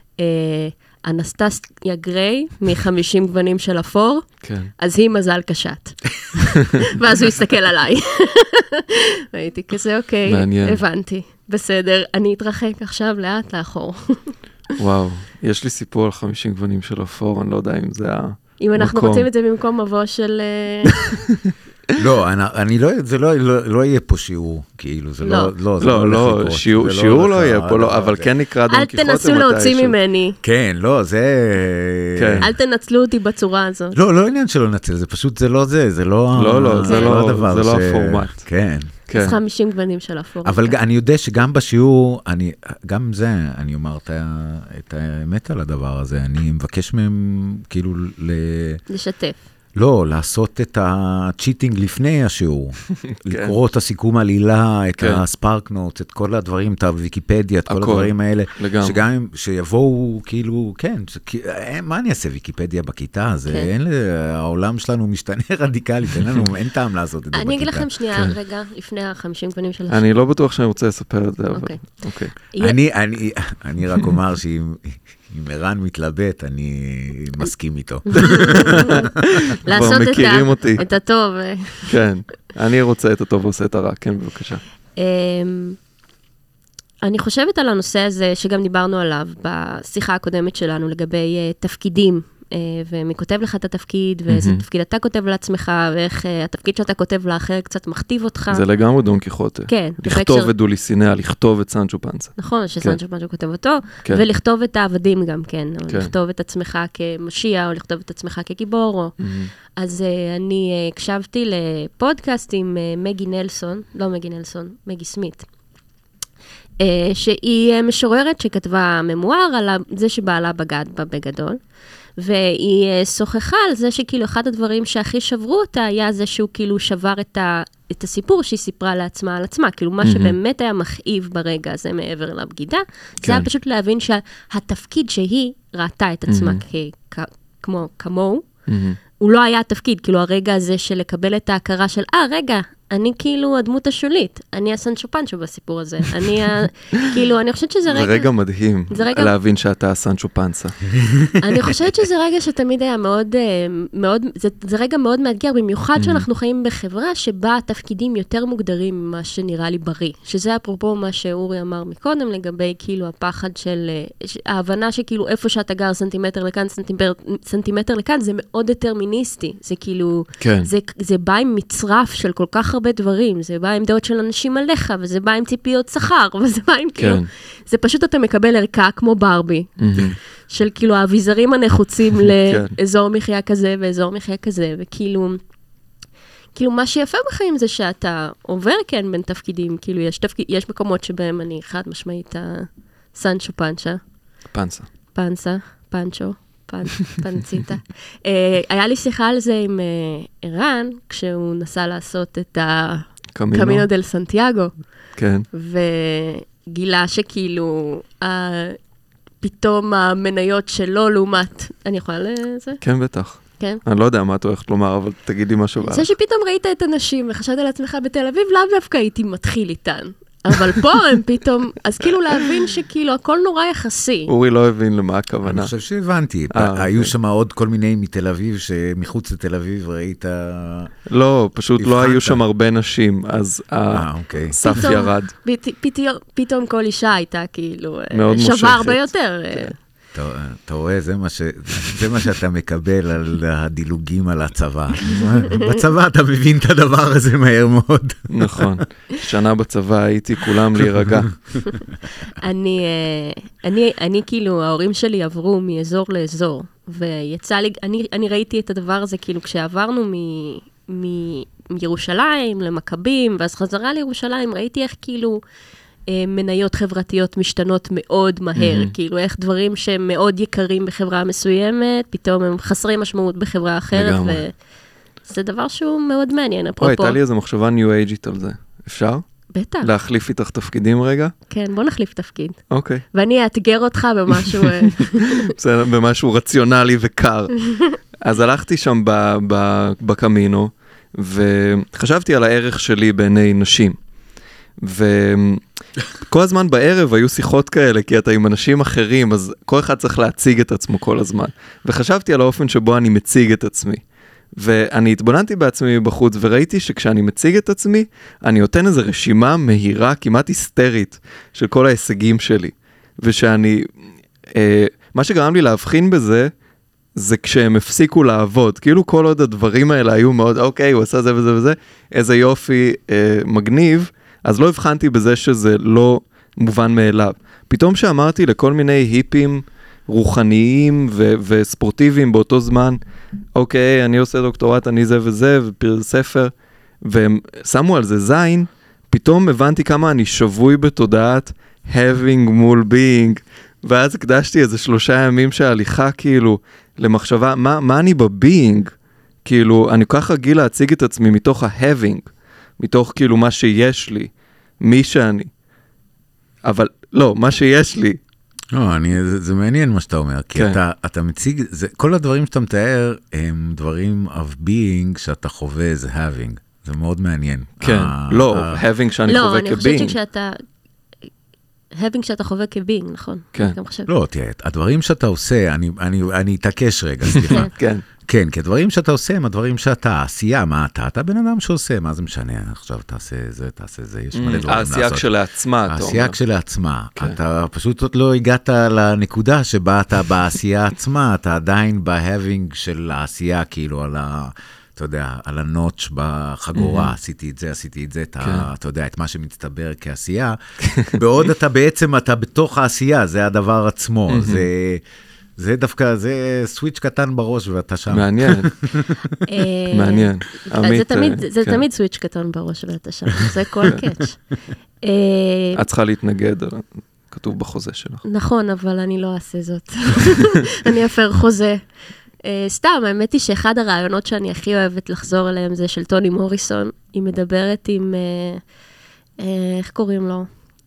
[SPEAKER 1] אנסטסיה גריי, מ-50 גוונים של אפור, אז היא מזל קשת. ואז הוא הסתכל עליי. והייתי כזה, אוקיי, הבנתי, בסדר, אני אתרחק עכשיו לאט לאחור.
[SPEAKER 2] וואו, יש לי סיפור על 50 גוונים של אפור, אני לא יודע אם זה המקום.
[SPEAKER 1] אם אנחנו רוצים את זה במקום מבוא של...
[SPEAKER 3] לא, זה לא יהיה פה שיעור, כאילו, זה
[SPEAKER 2] לא, שיעור לא יהיה פה, אבל כן נקרא דון קיחוטה.
[SPEAKER 1] אל תנסו להוציא ממני.
[SPEAKER 3] כן, לא, זה...
[SPEAKER 1] אל תנצלו אותי בצורה הזאת.
[SPEAKER 3] לא עניין שלא נצל, זה פשוט, זה לא זה, זה לא...
[SPEAKER 2] זה לא הפורמט.
[SPEAKER 3] כן.
[SPEAKER 1] אז 50 גוונים של הפורמט.
[SPEAKER 3] אבל אני יודע שגם בשיעור, גם זה, אני אומר את האמת על הדבר הזה, אני מבקש מהם, כאילו,
[SPEAKER 1] לשתף.
[SPEAKER 3] לא, לעשות את הצ'יטינג לפני השיעור. לקרוא את הסיכום עלילה, את הספארק נוט, את כל הדברים, את הוויקיפדיה, את כל הדברים האלה. שגם שיבואו, כאילו, כן, מה אני אעשה ויקיפדיה בכיתה? העולם שלנו משתנה רדיקלית, אין טעם לעשות את זה בכיתה.
[SPEAKER 1] אני אגיד לכם שנייה, רגע, לפני ה-50 גוונים של השיעור.
[SPEAKER 2] אני לא בטוח שאני רוצה לספר את זה, אבל...
[SPEAKER 1] אוקיי.
[SPEAKER 3] אני רק אומר שאם ערן מתלבט, אני מסכים איתו.
[SPEAKER 1] לעשות את הטוב.
[SPEAKER 2] כן, אני רוצה את הטוב ועושה את הרע, כן, בבקשה.
[SPEAKER 1] אני חושבת על הנושא הזה, שגם דיברנו עליו בשיחה הקודמת שלנו, לגבי תפקידים, ומי כותב לך את התפקיד, ואיזה תפקיד אתה כותב לעצמך, ואיך התפקיד שאתה כותב לאחר קצת מכתיב אותך.
[SPEAKER 2] זה לגמרי דון קיחוטה.
[SPEAKER 1] כן.
[SPEAKER 2] לכתוב את דוליסיניה, לכתוב את סנצ'ו פנסה.
[SPEAKER 1] נכון, שסנצ'ו פנסה כותב אותו, ולכתוב את העבדים גם, כן. או לכתוב את עצמך כמשיע, או לכתוב את עצמך כגיבור. אז אני הקשבתי לפודקאסט עם מגי נלסון, לא מגי נלסון, מגי סמית. שהיא משוררת שכתבה ממואר על זה שבעלה בגד בה בגדול, והיא שוחחה על זה שכאילו אחד הדברים שהכי שברו אותה היה זה שהוא כאילו שבר את הסיפור שהיא סיפרה לעצמה על עצמה, כאילו מה שבאמת היה מכאיב ברגע הזה מעבר לבגידה, זה היה פשוט להבין שהתפקיד שהיא ראתה את עצמה כמוהו, הוא לא היה התפקיד, כאילו הרגע הזה של לקבל את ההכרה של, רגע, אני כאילו הדמות השולית, אני הסנצ'ו פנצ'ו בסיפור הזה, כאילו, אני חושבת שזה רגע...
[SPEAKER 2] זה רגע מדהים, להבין שאתה הסנצ'ו פנסה.
[SPEAKER 1] אני חושבת שזה רגע שתמיד היה מאוד, זה רגע מאוד מאתגר, במיוחד שאנחנו חיים בחברה שבה התפקידים יותר מוגדרים ממה שנראה לי בריא, שזה אפרופו מה שאורי אמר מקודם, לגבי כאילו הפחד של, ההבנה שכאילו איפה שאתה גר סנטימטר לכאן, סנטימטר לכאן, זה מאוד דטרמיניסטי, זה כאילו, זה בא עם מצרף של כל כך הרבה דברים, זה בא עם דעות של אנשים עליך, וזה בא עם ציפיות שכר, וזה בא עם כאילו, זה פשוט אתה מקבל ערכה כמו ברבי, של כאילו האביזרים הנחוצים לאזור מחיה כזה, ואזור מחיה כזה, וכאילו, מה שיפה בחיים זה שאתה עובר כן בין תפקידים, כאילו יש מקומות שבהם אני חד משמעית סנצ'ו פנצ'ה. פנצ'ו. פנציטה. היה לי שיחה על זה עם ערן, כשהוא נסע לעשות את הקמינו דל סנטיאגו.
[SPEAKER 2] כן.
[SPEAKER 1] וגילה שכאילו, פתאום המניות שלו לעומת, אני יכולה לזה?
[SPEAKER 2] כן, בטח.
[SPEAKER 1] כן.
[SPEAKER 2] אני לא יודע מה את הולכת לומר, אבל תגידי משהו.
[SPEAKER 1] זה שפתאום ראית את הנשים וחשבת על עצמך בתל אביב, לאו דווקא הייתי מתחיל איתן. אבל פה הם פתאום, אז כאילו להבין שכאילו הכל נורא יחסי.
[SPEAKER 2] אורי לא הבין למה הכוונה.
[SPEAKER 3] אני חושב שהבנתי. היו שם עוד כל מיני מתל אביב, שמחוץ לתל אביב ראית...
[SPEAKER 2] לא, פשוט לא היו שם הרבה נשים, אז הסף ירד.
[SPEAKER 1] פתאום כל אישה הייתה כאילו שווה הרבה יותר.
[SPEAKER 3] אתה רואה, זה מה שאתה מקבל על הדילוגים על הצבא. בצבא אתה מבין את הדבר הזה מהר מאוד.
[SPEAKER 2] נכון. שנה בצבא הייתי כולם להירגע.
[SPEAKER 1] אני כאילו, ההורים שלי עברו מאזור לאזור, ויצא לי, אני ראיתי את הדבר הזה כאילו כשעברנו מירושלים למכבים, ואז חזרה לירושלים, ראיתי איך כאילו... מניות חברתיות משתנות מאוד מהר, כאילו איך דברים שהם מאוד יקרים בחברה מסוימת, פתאום הם חסרי משמעות בחברה אחרת, וזה דבר שהוא מאוד מעניין, אפרופו.
[SPEAKER 2] הייתה לי איזו מחשבה ניו אייג'ית על זה, אפשר?
[SPEAKER 1] בטח.
[SPEAKER 2] להחליף איתך תפקידים רגע?
[SPEAKER 1] כן, בוא נחליף תפקיד.
[SPEAKER 2] אוקיי.
[SPEAKER 1] ואני אאתגר אותך במשהו...
[SPEAKER 2] בסדר, במשהו רציונלי וקר. אז הלכתי שם בקמינו, וחשבתי על הערך שלי בעיני נשים. וכל הזמן בערב היו שיחות כאלה, כי אתה עם אנשים אחרים, אז כל אחד צריך להציג את עצמו כל הזמן. וחשבתי על האופן שבו אני מציג את עצמי. ואני התבוננתי בעצמי בחוץ, וראיתי שכשאני מציג את עצמי, אני נותן איזו רשימה מהירה, כמעט היסטרית, של כל ההישגים שלי. ושאני, מה שגרם לי להבחין בזה, זה כשהם הפסיקו לעבוד. כאילו כל עוד הדברים האלה היו מאוד, אוקיי, הוא עשה זה וזה וזה, איזה יופי מגניב, אז לא הבחנתי בזה שזה לא מובן מאליו. פתאום שאמרתי לכל מיני היפים רוחניים וספורטיביים באותו זמן, אוקיי, אני עושה דוקטורט, אני זה וזה, ספר, והם שמו על זה זין, פתאום הבנתי כמה אני שבוי בתודעת having מול being, ואז הקדשתי איזה 3 ימים שההליכה כאילו למחשבה, מה אני בbeing? כאילו, אני כל כך רגיל להציג את עצמי מתוך ה-having, מתוך כאילו מה שיש לי, מי שאני. אבל לא, מה שיש לי.
[SPEAKER 3] לא, זה מעניין מה שאתה אומר, כי אתה מציג, כל הדברים שאתה מתאר הם דברים of being שאתה חווה זה having. זה מאוד מעניין.
[SPEAKER 2] כן, לא, having שאני חווה כ-being.
[SPEAKER 1] לא, אני חושבת שכשאתה... having שאתה חווה כ-being, נכון?
[SPEAKER 2] כן.
[SPEAKER 3] לא, תראה, הדברים שאתה עושה, אני אתעקש רגע, סליחה.
[SPEAKER 2] כן.
[SPEAKER 3] כן, כי הדברים שאתה עושה הם הדברים שאתה, עשייה, מה אתה בן אדם שעושה, מה זה משנה, עכשיו תעשה זה, יש מלא דברים לעשות.
[SPEAKER 2] העשייה כשלעצמה, אתה אומר.
[SPEAKER 3] העשייה כשלעצמה, אתה פשוט עוד לא הגעת לנקודה שבה אתה בעשייה עצמה, אתה עדיין בהאבינג של העשייה, כאילו על אתה יודע, על הנוטש בחגורה, עשיתי את זה, אתה יודע, את מה שמצטבר כעשייה, בעוד אתה בתוך העשייה, זה הדבר עצמו, זה דווקא, זה סוויץ' קטן בראש ואתה שם.
[SPEAKER 2] מעניין. מעניין.
[SPEAKER 1] זה תמיד סוויץ' קטן בראש ואתה שם, זה כל קאץ'.
[SPEAKER 2] את צריכה להתנגד, כתוב בחוזה שלך.
[SPEAKER 1] נכון, אבל אני לא אעשה זאת. אני אפר חוזה. סתם, האמת היא שאחד הרעיונות שאני הכי אוהבת לחזור אליהם זה של טוני מוריסון. היא מדברת עם, איך קוראים לו?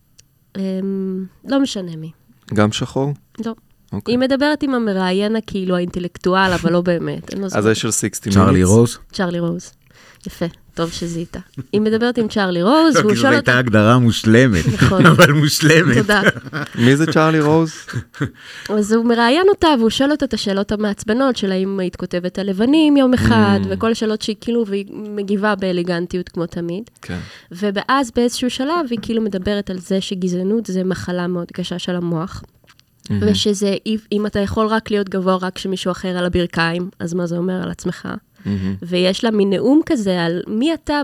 [SPEAKER 1] לא משנה מי.
[SPEAKER 2] גם שחור?
[SPEAKER 1] לא. היא מדברת עם המראיין כאילו האינטלקטואל, אבל לא באמת.
[SPEAKER 2] אז זה של 60 Minutes.
[SPEAKER 3] צ'רלי רוז?
[SPEAKER 1] צ'רלי רוז. יפה, טוב שזיהית. היא מדברת עם צ'רלי רוז,
[SPEAKER 3] והוא שואל אותה... הייתה הגדרה מושלמת, אבל מושלמת.
[SPEAKER 1] תודה.
[SPEAKER 2] מי זה צ'רלי רוז?
[SPEAKER 1] אז הוא מראיין אותה, והוא שואל אותה את השאלות המעצבנות, של האם היית כותבת על לבנים יום אחד, וכל השאלות שהיא כאילו, והיא מגיבה באלגנטיות כמו תמיד.
[SPEAKER 2] כן.
[SPEAKER 1] ואז באיזשהו שלב, היא כאילו מדברת על זה שגזענות זה מחלה מאוד קשה של המוח. ושזה, אם אתה יכול רק להיות גבוה רק כשמישהו אחר על הברכיים, אז מה זה אומר על עצמך? ויש לה מין נאום כזה על מי אתה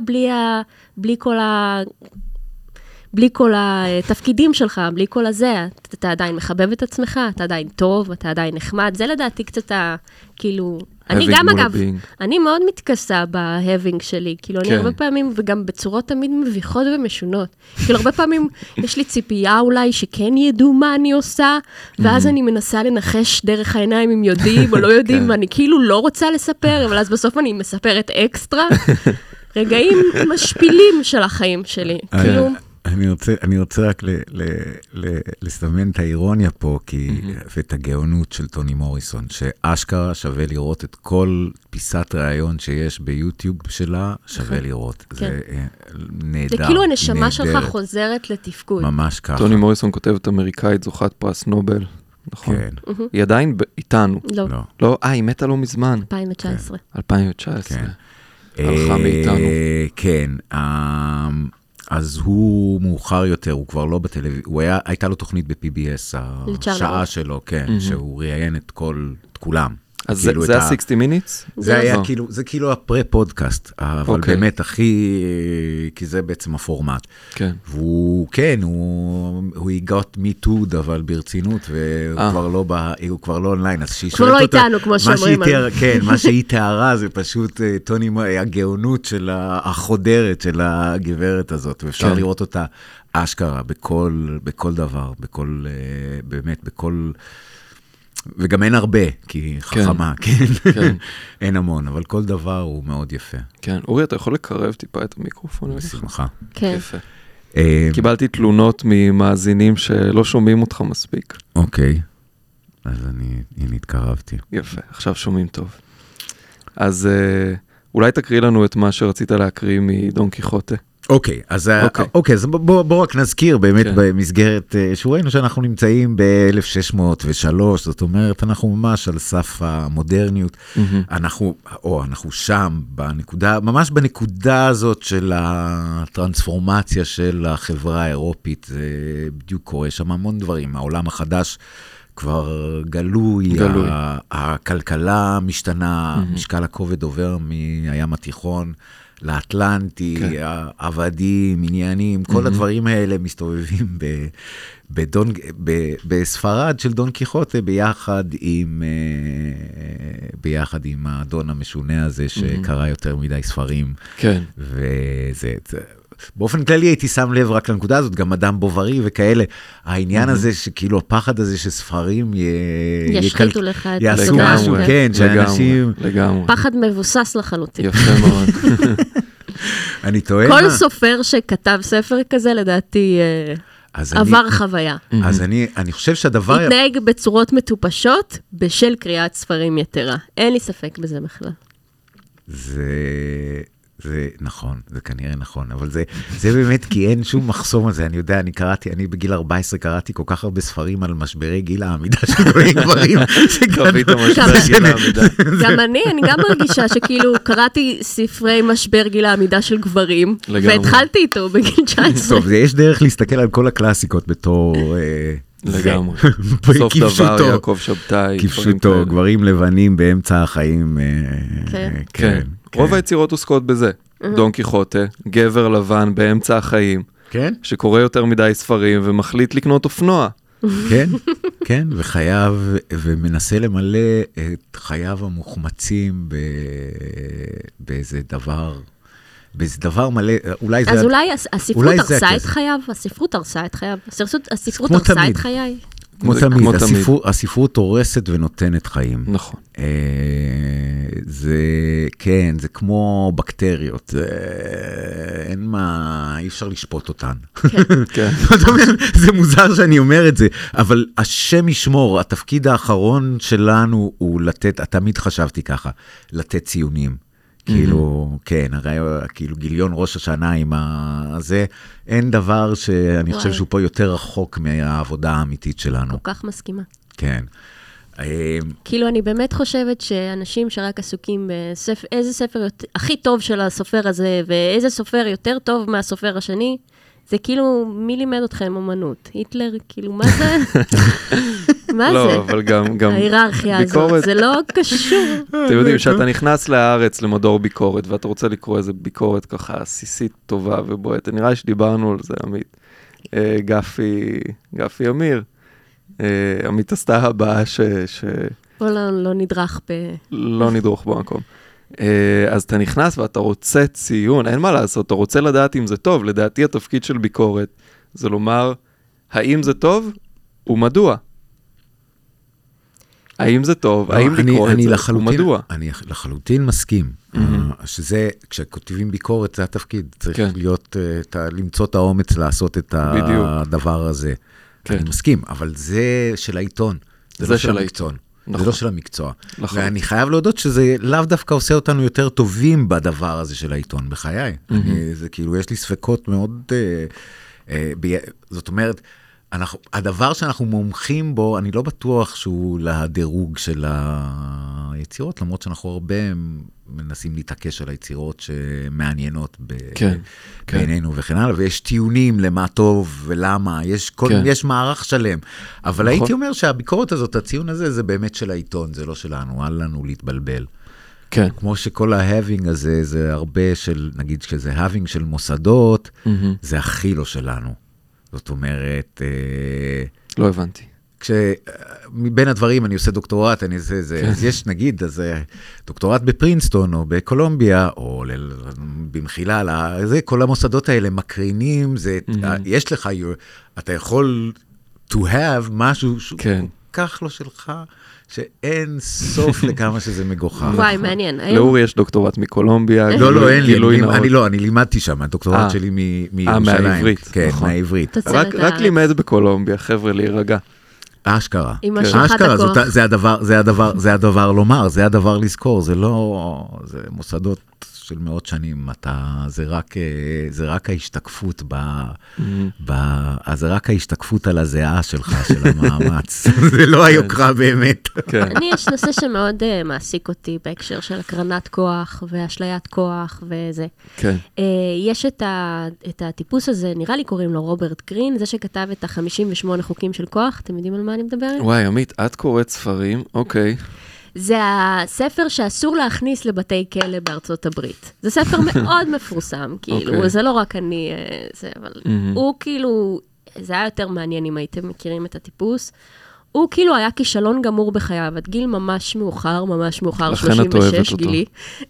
[SPEAKER 1] בלי כל התפקידים שלך, בלי כל הזה, אתה עדיין מחבב את עצמך, אתה עדיין טוב, אתה עדיין נחמד, זה לדעתי קצת כאילו, אני גם אגב, אני מאוד מתכסה בהאבינג שלי, כאילו אני הרבה פעמים, וגם בצורות תמיד מביכות ומשונות, כאילו הרבה פעמים יש לי ציפייה אולי שכן ידעו מה אני עושה, ואז אני מנסה לנחש דרך העיניים אם יודעים או לא יודעים, ואני כאילו לא רוצה לספר, אבל אז בסוף אני מספרת אקסטרה, רגעים משפילים של החיים שלי, כאילו...
[SPEAKER 3] אני רוצה רק לסמן את האירוניה פה, ואת הגאונות של טוני מוריסון, שאשכרה שווה לראות את כל פיסת רעיון שיש ביוטיוב שלה, שווה לראות. זה נהדר.
[SPEAKER 1] זה כאילו הנשמה שלך חוזרת לתפקוד.
[SPEAKER 3] ממש ככה.
[SPEAKER 2] טוני מוריסון כותבת אמריקאית, זוכת פרס נובל, נכון?
[SPEAKER 3] כן.
[SPEAKER 2] היא עדיין איתנו.
[SPEAKER 1] לא.
[SPEAKER 2] לא, היא מתה לא מזמן.
[SPEAKER 1] 2019.
[SPEAKER 2] 2019. הלכה מאיתנו.
[SPEAKER 3] כן, אז הוא מאוחר יותר, הוא כבר לא בטלוויזיה, הייתה לו תוכנית ב-PBS, השעה שלו, כן, שהוא ראיין את כולם.
[SPEAKER 2] אז זה ה-60 Minutes?
[SPEAKER 3] זה כאילו הפרה-פודקאסט, אבל באמת הכי, כי זה בעצם הפורמט.
[SPEAKER 2] כן.
[SPEAKER 3] והוא, כן, הוא got me too, אבל ברצינות, והוא כבר לא אונליין, אז שהיא שואלת אותה...
[SPEAKER 1] כבר לא איתנו, כמו שאומרים.
[SPEAKER 3] כן, מה שהיא תיארה זה פשוט טוני, הגאונות של החודרת של הגברת הזאת, ואפשר לראות אותה אשכרה בכל דבר, באמת, בכל... וגם אין הרבה, כי חכמה, כן. אין המון, אבל כל דבר הוא מאוד יפה.
[SPEAKER 2] כן, אורי, אתה יכול לקרב טיפה את המיקרופון?
[SPEAKER 3] בשמחה.
[SPEAKER 1] כן.
[SPEAKER 2] יפה. קיבלתי תלונות ממאזינים שלא שומעים אותך מספיק.
[SPEAKER 3] אוקיי, אז הנה התקרבתי.
[SPEAKER 2] יפה, עכשיו שומעים טוב. אז אולי תקריא לנו את מה שרצית להקריא מדון קיחוטה.
[SPEAKER 3] אוקיי, אז בוא רק נזכיר באמת במסגרת שראינו שאנחנו נמצאים ב-1603, זאת אומרת, אנחנו ממש על סף המודרניות, אנחנו שם, ממש בנקודה הזאת של הטרנספורמציה של החברה האירופית, זה בדיוק קורה שם המון דברים, העולם החדש כבר גלוי. הכלכלה משתנה, משקל הכובד עובר מהים התיכון, לאטלנטי, עבדים, עניינים, כל הדברים האלה מסתובבים בספרד של דון קיחוטה ביחד עם הדון המשונה הזה שקרא יותר מדי ספרים.
[SPEAKER 2] כן.
[SPEAKER 3] וזה... באופן כללי הייתי שם לב רק לנקודה הזאת, גם אדם בוברי וכאלה, העניין הזה שכאילו הפחד הזה שספרים
[SPEAKER 1] ישחיתו לך את
[SPEAKER 3] יעשו משהו, כן, שאנשים...
[SPEAKER 2] לגמרי.
[SPEAKER 1] פחד מבוסס לחלוטין.
[SPEAKER 2] יפה מאוד.
[SPEAKER 3] אני טועה.
[SPEAKER 1] כל סופר שכתב ספר כזה, לדעתי, עבר חוויה.
[SPEAKER 3] אז אני חושב שהדבר...
[SPEAKER 1] התנהג בצורות מטופשות בשל קריאת ספרים יתרה. אין לי ספק בזה בכלל.
[SPEAKER 3] זה נכון, זה כנראה נכון, אבל זה באמת כי אין שום מחסום על זה, אני יודע, אני בגיל 14 קראתי כל כך הרבה ספרים על משברי גיל העמידה של גברים,
[SPEAKER 2] קרבית המשבר גיל העמידה.
[SPEAKER 1] גם אני גם מרגישה שכאילו קראתי ספרי משבר גיל העמידה של גברים, והתחלתי איתו בגיל 19.
[SPEAKER 3] טוב, יש דרך להסתכל על כל הקלאסיקות בתור...
[SPEAKER 2] לגמרי. סוף דבר, יעקב שבתאי.
[SPEAKER 3] כפשוטו, גברים לבנים באמצע החיים.
[SPEAKER 2] כן. רוב היצירות עוסקות בזה. דון קיחוטה, גבר לבן באמצע החיים, שקורא יותר מדי ספרים ומחליט לקנות אופנוע.
[SPEAKER 3] כן, כן, ומנסה למלא את חייו המוחמצים באיזה דבר מלא, אולי זה...
[SPEAKER 1] אז אולי הספרות הרסה את חייו? הספרות הרסה את חייו? הספרות הרסה את חיי?
[SPEAKER 3] כמו תמיד, הספרות הורסת ונותנת חיים.
[SPEAKER 2] נכון.
[SPEAKER 3] כן, זה כמו בקטריות, אין מה, אי אפשר לשפוט אותן.
[SPEAKER 2] כן.
[SPEAKER 3] זה מוזר שאני אומר את זה, אבל השם ישמור, התפקיד האחרון שלנו הוא לתת, תמיד חשבתי ככה, לתת ציונים. כאילו, כן, הרי כאילו גיליון ראש השנה עם הזה, אין דבר שאני חושב שהוא פה יותר רחוק מהעבודה האמיתית שלנו.
[SPEAKER 1] כל כך מסכימה.
[SPEAKER 3] כן.
[SPEAKER 1] כאילו, אני באמת חושבת שאנשים שרק עסוקים איזה ספר הכי טוב של הסופר הזה, ואיזה סופר יותר טוב מהסופר השני, זה כאילו, מי לימד אתכם אומנות? היטלר, כאילו, מה זה? מה זה?
[SPEAKER 2] לא, אבל גם
[SPEAKER 1] ההיררכיה הזאת, זה לא קשור.
[SPEAKER 2] אתם יודעים, שאתה נכנס לארץ למדור ביקורת, ואתה רוצה לקרוא איזה ביקורת ככה עסיסית טובה ובועט, נראה לי שדיברנו על זה, עמית. גפי אמיר. עמית עשתה הבאה
[SPEAKER 1] בוא לא נדרך
[SPEAKER 2] לא נדרוך במקום. אז אתה נכנס ואתה רוצה ציון, אין מה לעשות, אתה רוצה לדעת אם זה טוב, לדעתי התפקיד של ביקורת, זה לומר, האם זה טוב ומדוע? האם זה טוב, האם לקרוא את זה ומדוע?
[SPEAKER 3] אני לחלוטין מסכים, שזה, כשכותבים ביקורת זה התפקיד, צריך להיות, למצוא את האומץ לעשות את הדבר הזה. אני מסכים, אבל זה של העיתון, זה לא של המקצוע. זה לא של המקצוע. ואני חייב להודות שזה לאו דווקא עושה אותנו יותר טובים בדבר הזה של העיתון, בחיי. זה כאילו, יש לי ספקות מאוד, זאת אומרת, הדבר שאנחנו מומחים בו, אני לא בטוח שהוא לדירוג של היצירות, למרות שאנחנו הרבה מנסים להתעקש על היצירות שמעניינות בעינינו וכן הלאה, ויש טיעונים למה טוב ולמה, יש מערך שלם. אבל הייתי אומר שהביקורת הזאת, הציון הזה, זה באמת של העיתון, זה לא שלנו, אל לנו להתבלבל.
[SPEAKER 2] כן.
[SPEAKER 3] כמו שכל ההאבינג הזה, זה הרבה של, נגיד שזה האבינג של מוסדות, זה הכי לא שלנו. זאת אומרת...
[SPEAKER 2] לא הבנתי.
[SPEAKER 3] מבין הדברים אני עושה דוקטורט, אז יש נגיד, אז דוקטורט בפרינסטון או בקולומביה, או במחילה, כל המוסדות האלה מקרינים, יש לך, אתה יכול to have משהו כך לא שלך, שאין סוף לכמה שזה מגוחך.
[SPEAKER 1] וואי, מעניין.
[SPEAKER 2] לאורי יש דוקטורט מקולומביה.
[SPEAKER 3] לא, אין לי, אני לימדתי שם, הדוקטורט שלי מירושלים.
[SPEAKER 2] מהעברית.
[SPEAKER 3] כן, מהעברית.
[SPEAKER 2] רק לימד בקולומביה, חבר'ה, להירגע.
[SPEAKER 3] אשכרה.
[SPEAKER 1] עם השלחת הכוח.
[SPEAKER 3] זה הדבר לומר, זה הדבר לזכור, זה לא, זה מוסדות של מאות שנים, זה רק ההשתקפות זה רק ההשתקפות על הזיעה שלך, של המאמץ. זה לא היוקרה באמת.
[SPEAKER 1] אני, יש נושא שמאוד מעסיק אותי בהקשר של הקרנת כוח ואשליית כוח וזה.
[SPEAKER 2] כן.
[SPEAKER 1] יש את הטיפוס הזה, נראה לי קוראים לו רוברט גרין, זה שכתב את 58 חוקים של כוח, אתם יודעים על מה אני מדברת?
[SPEAKER 2] וואי, עמית, את קוראת ספרים? אוקיי.
[SPEAKER 1] זה הספר שאסור להכניס לבתי כלא בארצות הברית. זה ספר מאוד מפורסם, כאילו, זה לא רק אני, אבל הוא כאילו, זה היה יותר מעניין אם הייתם מכירים את הטיפוס. הוא כאילו היה כישלון גמור בחייו, עד גיל ממש מאוחר, 36 גילי.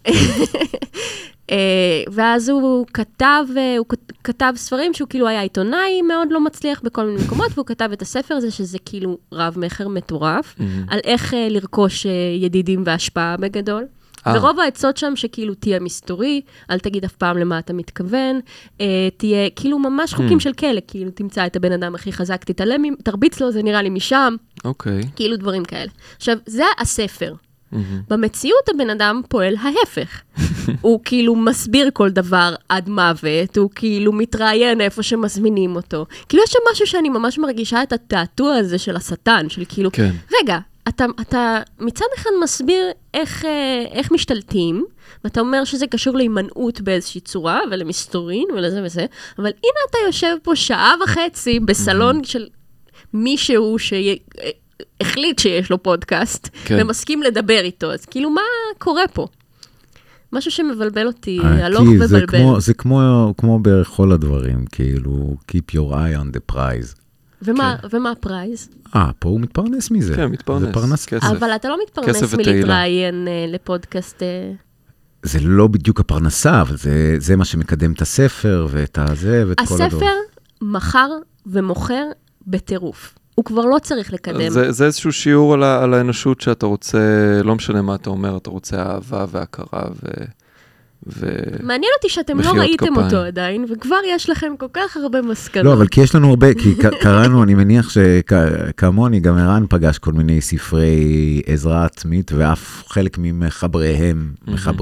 [SPEAKER 1] ואז הוא כתב ספרים שהוא כאילו היה עיתונאי מאוד לא מצליח בכל מיני מקומות, והוא כתב את הספר הזה שזה כאילו רב מחר מטורף, על איך לרכוש ידידים והשפעה בגדול. ורוב העצות שם שכאילו תהיה מסתורי, אל תגיד אף פעם למה אתה מתכוון, תהיה כאילו ממש חוקים של כאלה, כאילו תמצא את הבן אדם הכי חזק, תרביץ לו, זה נראה לי משם, כאילו דברים כאלה. עכשיו, זה הספר. במציאות הבן אדם פועל ההפך. הוא כאילו מסביר כל דבר עד מוות, הוא כאילו מתראיין איפה שמזמינים אותו. כאילו יש שם משהו שאני ממש מרגישה את התעתוע הזה של השטן, של כאילו, רגע, אתה מצד אחד מסביר איך משתלטים, ואתה אומר שזה קשור להימנעות באיזושהי צורה, ולמסתורין ולזה וזה, אבל הנה אתה יושב פה שעה וחצי בסלון של מישהו החליט שיש לו פודקאסט, ומסכים לדבר איתו, אז כאילו מה קורה פה? משהו שמבלבל אותי, הלוך ובלבל.
[SPEAKER 3] זה כמו בכל הדברים, כאילו, keep your eye on the prize.
[SPEAKER 1] ומה הפרייז?
[SPEAKER 3] פה הוא מתפרנס מזה.
[SPEAKER 2] כן, מתפרנס, כסף.
[SPEAKER 1] אבל אתה לא מתפרנס מלהתראיין לפודקאסט.
[SPEAKER 3] זה לא בדיוק הפרנסה, אבל זה מה שמקדם את הספר, ואת הזה, ואת כל הדבר.
[SPEAKER 1] הספר מחר ומוכר בטירוף. הוא כבר לא צריך לקדם.
[SPEAKER 2] זה איזשהו שיעור על האנושות שאתה רוצה, לא משנה מה אתה אומר, אתה רוצה אהבה והכרה
[SPEAKER 1] מעניין אותי שאתם לא ראיתם אותו עדיין, וכבר יש לכם כל כך הרבה מסקנות.
[SPEAKER 3] לא, אבל כי יש לנו הרבה, כי קראנו, אני מניח שכמוני, גם ערן פגש כל מיני ספרי עזרה עצמית, ואף חלק ממחבריהן.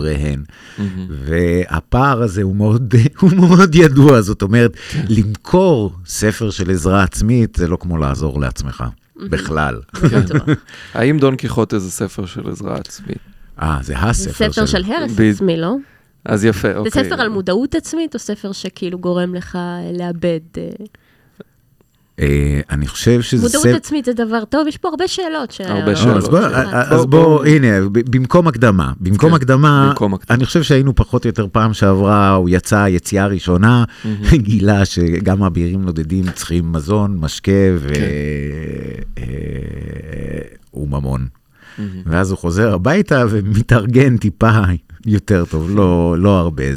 [SPEAKER 3] והפער הזה הוא מאוד ידוע, זאת אומרת, למכור ספר של עזרה עצמית, זה לא כמו לעזור לעצמך, בכלל.
[SPEAKER 2] האם דון קיחוטה זה ספר של עזרה עצמית?
[SPEAKER 3] זה הספר
[SPEAKER 1] זה ספר של הרס עצמי, לא?
[SPEAKER 2] אז יפה, אוקיי.
[SPEAKER 1] זה ספר על מודעות עצמית, או ספר שכאילו גורם לך לאבד?
[SPEAKER 3] אני חושב שזה
[SPEAKER 1] מודעות עצמית זה דבר טוב, יש פה הרבה שאלות.
[SPEAKER 3] אז בוא, הנה, במקום הקדמה, אני חושב שהיינו פחות או יותר פעם שעברה, הוא יצא יציאה ראשונה, גילה שגם הבירים נודדים צריכים מזון, משקה וממון. ואז הוא חוזר הביתה ומתארגן טיפה יותר טוב, לא הרבה,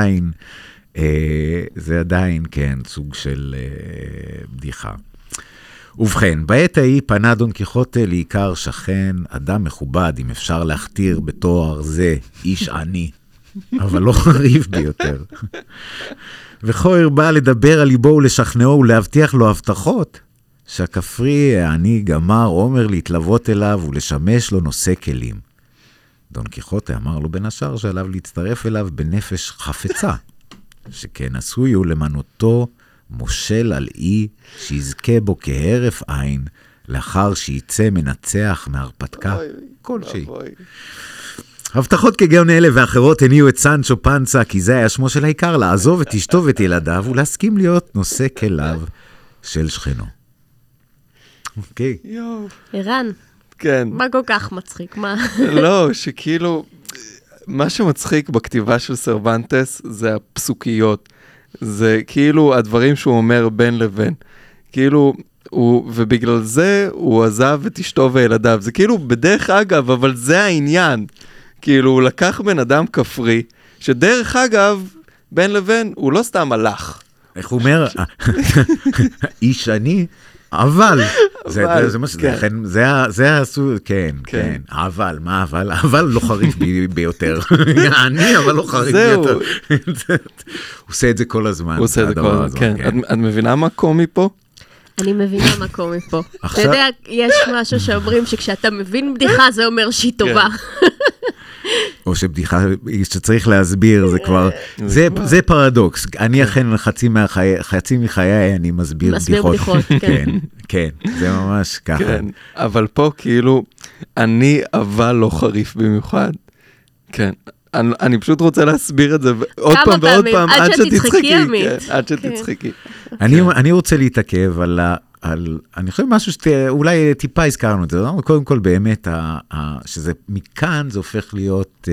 [SPEAKER 3] זה עדיין, כן, סוג של בדיחה. ובכן, בעת ההיא פנה דון קיחוטה לעיקר שכן, אדם מכובד, אם אפשר להכתיר בתואר זה, איש עני, אבל לא חריף ביותר. וכה הרבה לדבר על ליבו ולשכנעו ולהבטיח לו הבטחות, שהכפרי העני גמר עומר להתלוות אליו ולשמש לו נושא כלים. דון קיחוטה אמר לו בין השאר שעליו להצטרף אליו בנפש חפצה, שכן עשוי הוא למנותו מושל על אי שיזכה בו כהרף עין, לאחר שיצא מנצח מהרפתקה כלשהי. הבטחות כגון אלה ואחרות הניעו את סנצ'ו פנצה, כי זה היה שמו של העיקר, לעזוב את אשתו ואת ילדיו ולהסכים להיות נושא כליו של שכנו. אוקיי.
[SPEAKER 1] ערן,
[SPEAKER 2] כן.
[SPEAKER 1] מה כל כך מצחיק? מה?
[SPEAKER 2] לא, שכאילו, מה שמצחיק בכתיבה של סרוונטס זה הפסוקיות. זה כאילו הדברים שהוא אומר בין לבין. כאילו, ובגלל זה הוא עזב את אשתו וילדיו. זה כאילו בדרך אגב, אבל זה העניין. כאילו, הוא לקח בן אדם כפרי, שדרך אגב, בין לבין, הוא לא סתם הלך.
[SPEAKER 3] איך הוא אומר? איש אני... אבל זה הסוג, כן, אבל, מה אבל? אבל לא חריף ביותר. אני, אבל לא חריף ביותר. הוא עושה את זה כל הזמן.
[SPEAKER 2] הוא עושה את זה כל הזמן, כן. את מבינה מה קומי פה?
[SPEAKER 1] אני מבינה מה קומי פה. אתה יודע, יש משהו שאומרים שכשאתה מבין בדיחה זה אומר שהיא טובה.
[SPEAKER 3] או שבדיחה שצריך להסביר, זה כבר, זה פרדוקס. אני אכן חצי מחיי אני מסביר בדיחות. כן, זה ממש ככה.
[SPEAKER 2] אבל פה כאילו, אני אבל לא חריף במיוחד. כן. אני פשוט רוצה להסביר את זה עוד פעם ועוד פעם, עד שתצחקי. עד שתצחקי.
[SPEAKER 3] אני רוצה להתעכב על, אני חושב משהו שאולי טיפה הזכרנו את זה, קודם כל באמת, שזה מכאן זה הופך להיות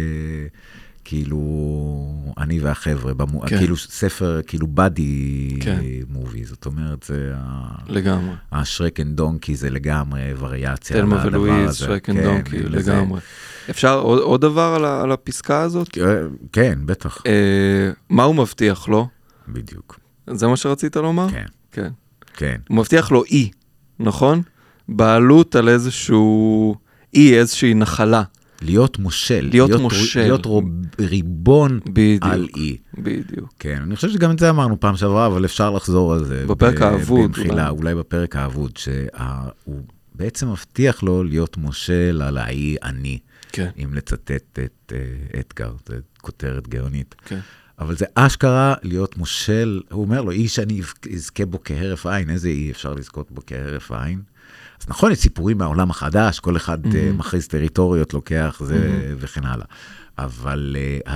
[SPEAKER 3] כאילו, אני והחבר'ה, כאילו ספר, כאילו בדי מובי, זאת אומרת, זה
[SPEAKER 2] לגמרי.
[SPEAKER 3] השרק אנד דונקי זה לגמרי וריאציה.
[SPEAKER 2] תלמה ולואיז, שרק אנד דונקי, לגמרי. אפשר עוד דבר על הפסקה הזאת?
[SPEAKER 3] כן, בטח.
[SPEAKER 2] מה הוא מבטיח לו?
[SPEAKER 3] בדיוק.
[SPEAKER 2] זה מה שרצית לומר?
[SPEAKER 3] כן.
[SPEAKER 2] כן. הוא מבטיח לו אי, נכון? בעלות על איזשהו אי, איזושהי נחלה.
[SPEAKER 3] להיות מושל. להיות ריבון על אי.
[SPEAKER 2] בדיוק.
[SPEAKER 3] כן, אני חושב שגם את זה אמרנו פעם שעברה, אבל אפשר לחזור על זה.
[SPEAKER 2] בפרק האבוד.
[SPEAKER 3] אולי בפרק האבוד, שהוא בעצם מבטיח לו להיות מושל על האי אני.
[SPEAKER 2] כן.
[SPEAKER 3] אם לצטט את אתגר, זה כותרת גאונית.
[SPEAKER 2] כן.
[SPEAKER 3] אבל זה אשכרה להיות מושל, הוא אומר לו, אי שאני אזכה בו כהרף עין, איזה אי אפשר לזכות בו כהרף עין? אז נכון, יש סיפורים מהעולם החדש, כל אחד מכריז טריטוריות, לוקח זה וכן הלאה. אבל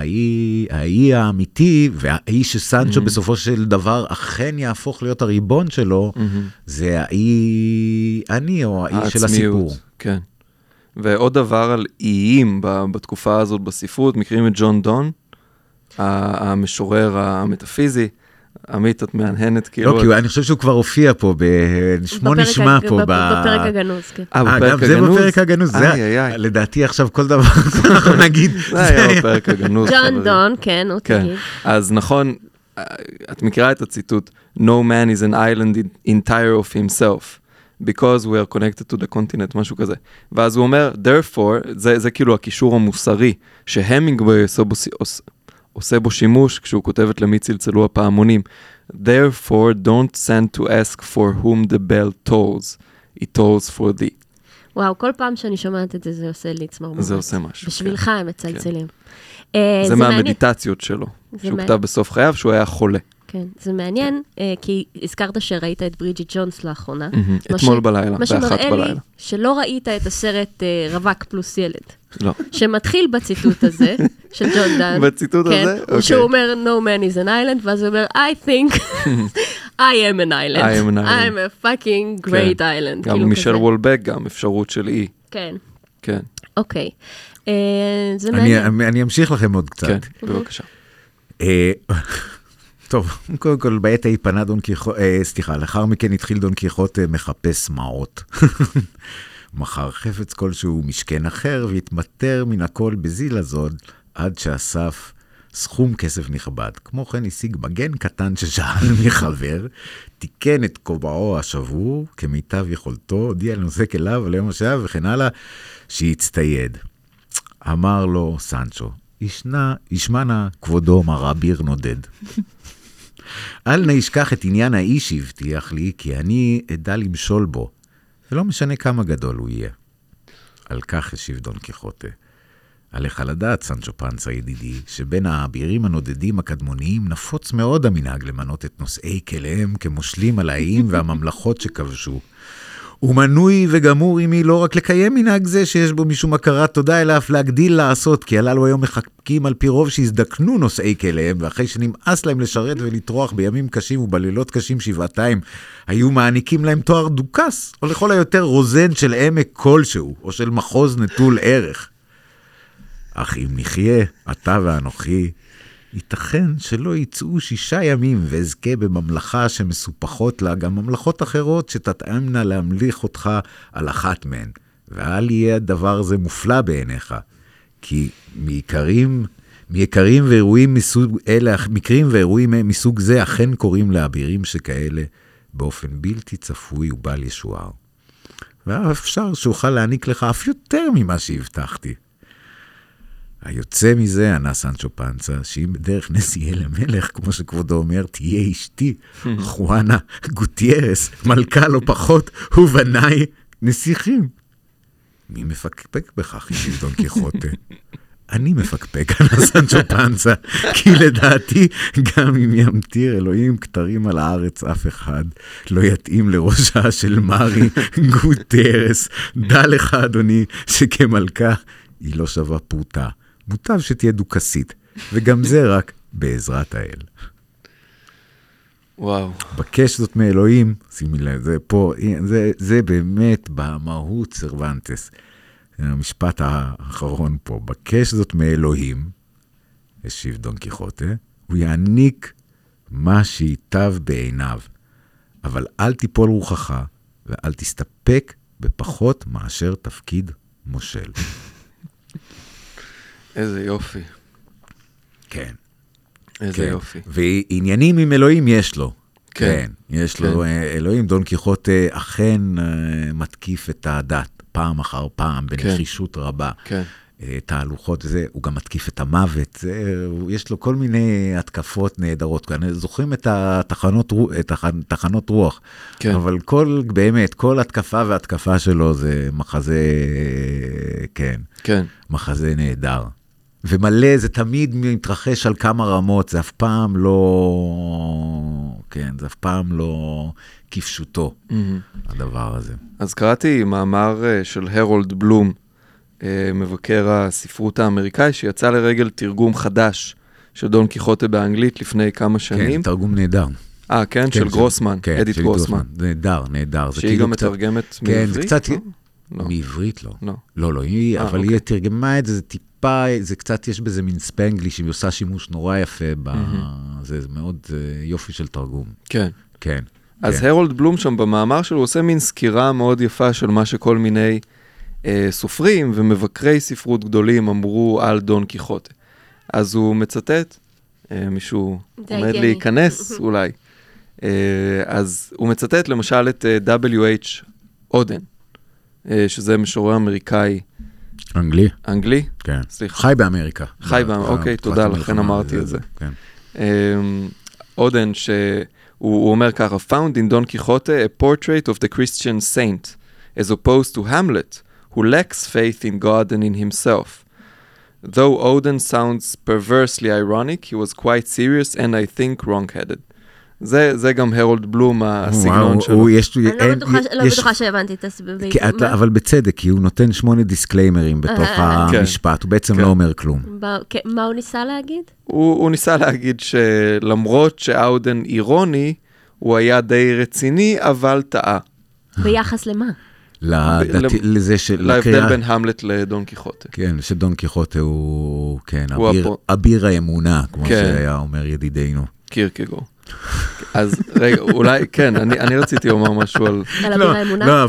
[SPEAKER 3] האי האמיתי, והאי שסנצ'ו בסופו של דבר אכן יהפוך להיות הריבון שלו, זה האי אני או האי של הסיפור.
[SPEAKER 2] כן. ועוד דבר על איים בתקופה הזאת בספרות, מכירים את ג'ון דון, המשורר המטאפיזי, עמית, את מהנהנת כאילו...
[SPEAKER 3] לא, כי אני חושב שהוא כבר הופיע פה, נשמע פה.
[SPEAKER 1] בפרק הגנוז, כן.
[SPEAKER 3] גם זה בפרק הגנוז, לדעתי עכשיו כל דבר, אנחנו נגיד.
[SPEAKER 2] זה היה בפרק הגנוז.
[SPEAKER 1] ג'ון דון, כן, הוא תגיד.
[SPEAKER 2] אז נכון, את מכירה את הציטוט, No man is an island entire of himself, because we are connected to the continent, משהו כזה. ואז הוא אומר, therefore, זה כאילו הקישור המוסרי, שהמינגווי עושה בו שימוש כשהוא כותבת למי צלצלו הפעמונים. Therefore, don't send to ask for whom the bell tolls. It tolls for thee.
[SPEAKER 1] וואו, כל פעם שאני שומעת את זה, זה עושה לי צמרמורת.
[SPEAKER 2] זה עושה משהו.
[SPEAKER 1] בשבילך הם מצלצלים.
[SPEAKER 2] זה מהמדיטציות שלו, שהוא כתב בסוף חייו, שהוא היה חולה.
[SPEAKER 1] כן, זה מעניין, כי הזכרת שראית את ברידג'יט ג'ונס לאחרונה.
[SPEAKER 2] אתמול בלילה,
[SPEAKER 1] מה שמראה לי שלא ראית את הסרט רווק פלוס ילד.
[SPEAKER 2] לא.
[SPEAKER 1] שמתחיל בציטוט הזה, של ג'ון דן.
[SPEAKER 2] בציטוט הזה?
[SPEAKER 1] אוקיי. שהוא אומר, no man is an island, ואז הוא אומר, I think I am an island.
[SPEAKER 2] I am an island.
[SPEAKER 1] I'm a fucking great island.
[SPEAKER 2] גם מישל וולבק, גם אפשרות של אי.
[SPEAKER 1] כן.
[SPEAKER 2] כן.
[SPEAKER 1] אוקיי. זה מעניין.
[SPEAKER 3] אני אמשיך לכם עוד קצת.
[SPEAKER 2] כן, בבקשה.
[SPEAKER 3] טוב, קודם כל, בעת ההיא פנה דון קיחוט, לאחר מכן התחיל דון קיחוט מחפש מעות. מחר חפץ כלשהו משכן אחר, והתמטר מן הכל בזיל הזוד, עד שאסף סכום כסף נכבד. כמו כן השיג מגן קטן ששאל מחבר, תיקן את כובעו השבור, כמיטב יכולתו, הודיע לנושא כליו, עליהם השעה וכן הלאה, שהצטייד. אמר לו סנצ'ו, ישמענה כבודו מר אביר נודד. אל נשכח את עניין האיש שהבטיח לי, כי אני אדע למשול בו, ולא משנה כמה גדול הוא יהיה. על כך השיב דון קיחוטה. עליך לדעת, סנצ'ו פנצה ידידי, שבין האבירים הנודדים הקדמוניים נפוץ מאוד המנהג למנות את נושאי כליהם כמושלים על האיים והממלכות שכבשו. הוא מנוי וגמור עמי לא רק לקיים מנהג זה שיש בו משום הכרת תודה, אלא אף להגדיל לעשות, כי הללו היום מחכים על פי רוב שהזדקנו נושאי כליהם, ואחרי שנמאס להם לשרת ולטרוח בימים קשים ובלילות קשים שבעתיים, היו מעניקים להם תואר דוקס, או לכל היותר רוזן של עמק כלשהו, או של מחוז נטול ערך. אך אם נחיה, אתה ואנוכי, ייתכן שלא יצאו 6 ימים ואזכה בממלכה שמסופחות לה גם ממלכות אחרות שתתאמנה להמליך אותך על אחת מהן. ואל יהיה הדבר הזה מופלא בעיניך, כי מיקרים ואירועים מסוג אלה, מקרים ואירועים מסוג זה אכן קוראים לאבירים שכאלה באופן בלתי צפוי ובל ישוער. ואפשר שאוכל להעניק לך אף יותר ממה שהבטחתי. היוצא מזה, ענה סנצ'ו פנצה, שאם בדרך נשיא אל המלך, כמו שכבודו אומר, תהיה אשתי, חואנה גוטיירס, מלכה לא פחות, ובניי נסיכים. מי מפקפק בכך, השיב דון קיחוטה? אני מפקפק, ענה סנצ'ו פנצה, כי לדעתי, גם אם ימטיר אלוהים כתרים על הארץ, אף אחד לא יתאים לראשה של מרי גוטיירס. דע לך, אדוני, שכמלכה היא לא שווה פרוטה. מוטב שתהיה דוקסית, וגם זה רק בעזרת האל.
[SPEAKER 2] וואו.
[SPEAKER 3] בקש זאת מאלוהים, שימי לב, זה פה, זה באמת במהות סרוונטס. המשפט האחרון פה, בקש זאת מאלוהים, השיב דון קיחוטה, הוא יעניק מה שייטב בעיניו, אבל אל תיפול רוחך, ואל תסתפק בפחות מאשר תפקיד מושל.
[SPEAKER 2] איזה יופי.
[SPEAKER 3] כן.
[SPEAKER 2] איזה יופי.
[SPEAKER 3] ועניינים עם אלוהים יש לו.
[SPEAKER 2] כן.
[SPEAKER 3] יש לו אלוהים. דון קיחוטה אכן מתקיף את הדת פעם אחר פעם, בנחישות רבה. כן. תהלוכות וזה, הוא גם מתקיף את המוות, יש לו כל מיני התקפות נהדרות, זוכרים את תחנות רוח, כן. אבל באמת, כל התקפה והתקפה שלו זה מחזה, כן, כן. מחזה נהדר. ומלא, זה תמיד מתרחש על כמה רמות, זה אף פעם לא, כן, זה אף פעם לא כפשוטו, הדבר הזה.
[SPEAKER 2] אז קראתי מאמר של הרולד בלום, מבקר הספרות האמריקאי, שיצא לרגל תרגום חדש של דון קיחוטה באנגלית לפני כמה שנים.
[SPEAKER 3] כן, תרגום נהדר.
[SPEAKER 2] כן, של גרוסמן, אדית גרוסמן.
[SPEAKER 3] נהדר, נהדר.
[SPEAKER 2] שהיא גם מתרגמת מעברית?
[SPEAKER 3] מעברית לא. לא, אבל היא תרגמה את זה, טיפה, זה קצת, יש בזה מין ספנגליש, היא עושה שימוש נורא יפה, זה מאוד יופי של תרגום.
[SPEAKER 2] כן.
[SPEAKER 3] כן.
[SPEAKER 2] אז הרולד בלום שם במאמר שלו, עושה מין סקירה מאוד יפה של מה שכל מיני סופרים ומבקרי ספרות גדולים אמרו על דון קיחוטה. אז הוא מצטט, מישהו עומד להיכנס אולי, אז הוא מצטט למשל את W.H. אודן, שזה משורר אמריקאי. אנגלי?
[SPEAKER 3] כן. חי באמריקה.
[SPEAKER 2] אוקיי, תודה, לכן אמרתי את זה. אודן, שהוא אומר ככה, found in Don Quixote a portrait of the Christian saint, as opposed to Hamlet, who lacks faith in God and in himself. Though Odin sounds perversely ironic, he was quite serious and I think wrong-headed. זה גם הרולד בלום, הסגנון שלו.
[SPEAKER 1] אני לא בטוחה שהבנתי את הסביבי.
[SPEAKER 3] אבל בצדק, כי הוא נותן 8 דיסקליימרים בתוך המשפט, הוא בעצם לא אומר כלום.
[SPEAKER 1] מה הוא ניסה להגיד?
[SPEAKER 2] הוא ניסה להגיד שלמרות שאודן אירוני, הוא היה די רציני, אבל טעה.
[SPEAKER 1] ביחס למה?
[SPEAKER 2] להבדל בין המלט לדון קיחוטה.
[SPEAKER 3] כן, שדון קיחוטה הוא, כן, אביר האמונה, כמו שהיה אומר ידידינו.
[SPEAKER 2] קירקגור. אז רגע, אולי, כן, אני רציתי לומר משהו על
[SPEAKER 1] אביר האמונה?
[SPEAKER 3] לא,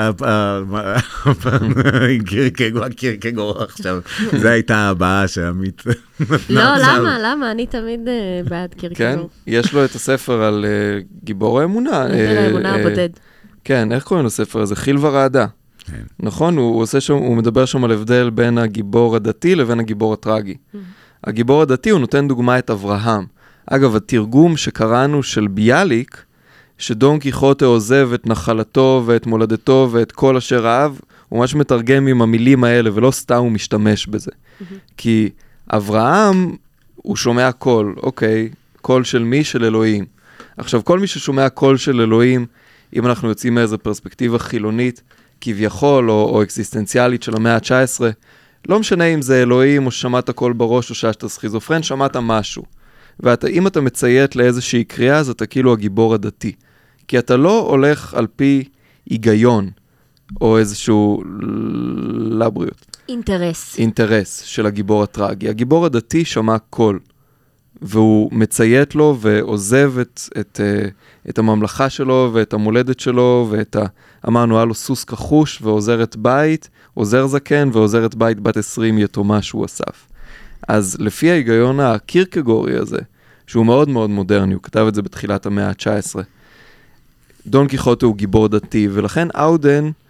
[SPEAKER 3] קירקגור עכשיו, זו הייתה הבאה שעמית.
[SPEAKER 1] לא, למה? אני תמיד בעד קירקגור.
[SPEAKER 2] כן, יש לו את הספר על גיבור האמונה.
[SPEAKER 1] אביר האמונה הבודד.
[SPEAKER 2] כן, איך קוראים לספר הזה? חיל ורעדה. נכון, הוא מדבר שם על הבדל בין הגיבור הדתי לבין הגיבור הטרגי. הגיבור הדתי, הוא נותן דוגמה את אברהם. אגב, התרגום שקראנו של ביאליק, שדון קיחוטה עוזב את נחלתו ואת מולדתו ואת כל אשר אהב, הוא ממש מתרגם עם המילים האלה, ולא סתם הוא משתמש בזה. כי אברהם, הוא שומע קול, אוקיי, קול של מי? של אלוהים. עכשיו, כל מי ששומע קול של אלוהים, אם אנחנו יוצאים מאיזו פרספקטיבה חילונית, כביכול או אקזיסטנציאלית של המאה ה-19, לא משנה אם זה אלוהים או ששמעת קול בראש או שאתה סכיזופרן, שמעת משהו. ואם אתה מציית לאיזושהי קריאה, אז אתה כאילו הגיבור הדתי. כי אתה לא הולך על פי היגיון, או איזשהו לבריאות. אינטרס של הגיבור הטרגי. הגיבור הדתי שמע קול, והוא מציית לו ועוזב את הממלכה שלו ואת המולדת שלו, אמרנו, היה לו סוס כחוש ועוזרת בית, עוזר זקן ועוזרת בית בת 20 יתומה שהוא אסף. אז לפי ההיגיון הקירקגורי הזה, שהוא מאוד מאוד מודרני, הוא כתב את זה בתחילת המאה ה-19, דון קיחוטה הוא גיבור דתי, ולכן אודן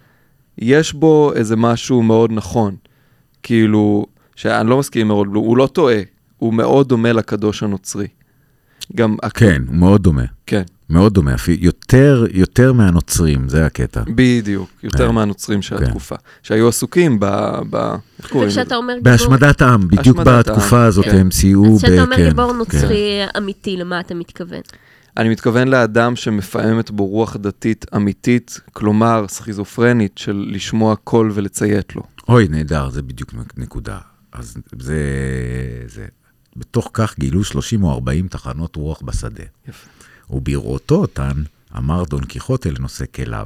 [SPEAKER 2] יש בו איזה משהו מאוד נכון. כאילו, שאני לא מסכים עם הרולד בלום, הוא לא טועה, הוא מאוד דומה לקדוש הנוצרי. גם...
[SPEAKER 3] כן, הוא מאוד דומה.
[SPEAKER 2] כן.
[SPEAKER 3] מאוד דומה, יותר מהנוצרים, זה הקטע.
[SPEAKER 2] בדיוק, יותר מהנוצרים של התקופה. שהיו עסוקים
[SPEAKER 1] וכשאתה אומר
[SPEAKER 3] בהשמדת העם, בדיוק בתקופה הזאת הם סייעו...
[SPEAKER 1] אז כשאתה אומר גיבור נוצרי אמיתי, למה אתה מתכוון?
[SPEAKER 2] אני מתכוון לאדם שמפעמת בו רוח דתית אמיתית, כלומר סכיזופרנית של לשמוע קול ולציית לו.
[SPEAKER 3] אוי, נהדר, זה בדיוק נקודה. אז זה... בתוך כך גילו 30 או 40 תחנות רוח בשדה.
[SPEAKER 2] יפה.
[SPEAKER 3] ובראותו אותן אמר דון קיחוטה לנושא כליו.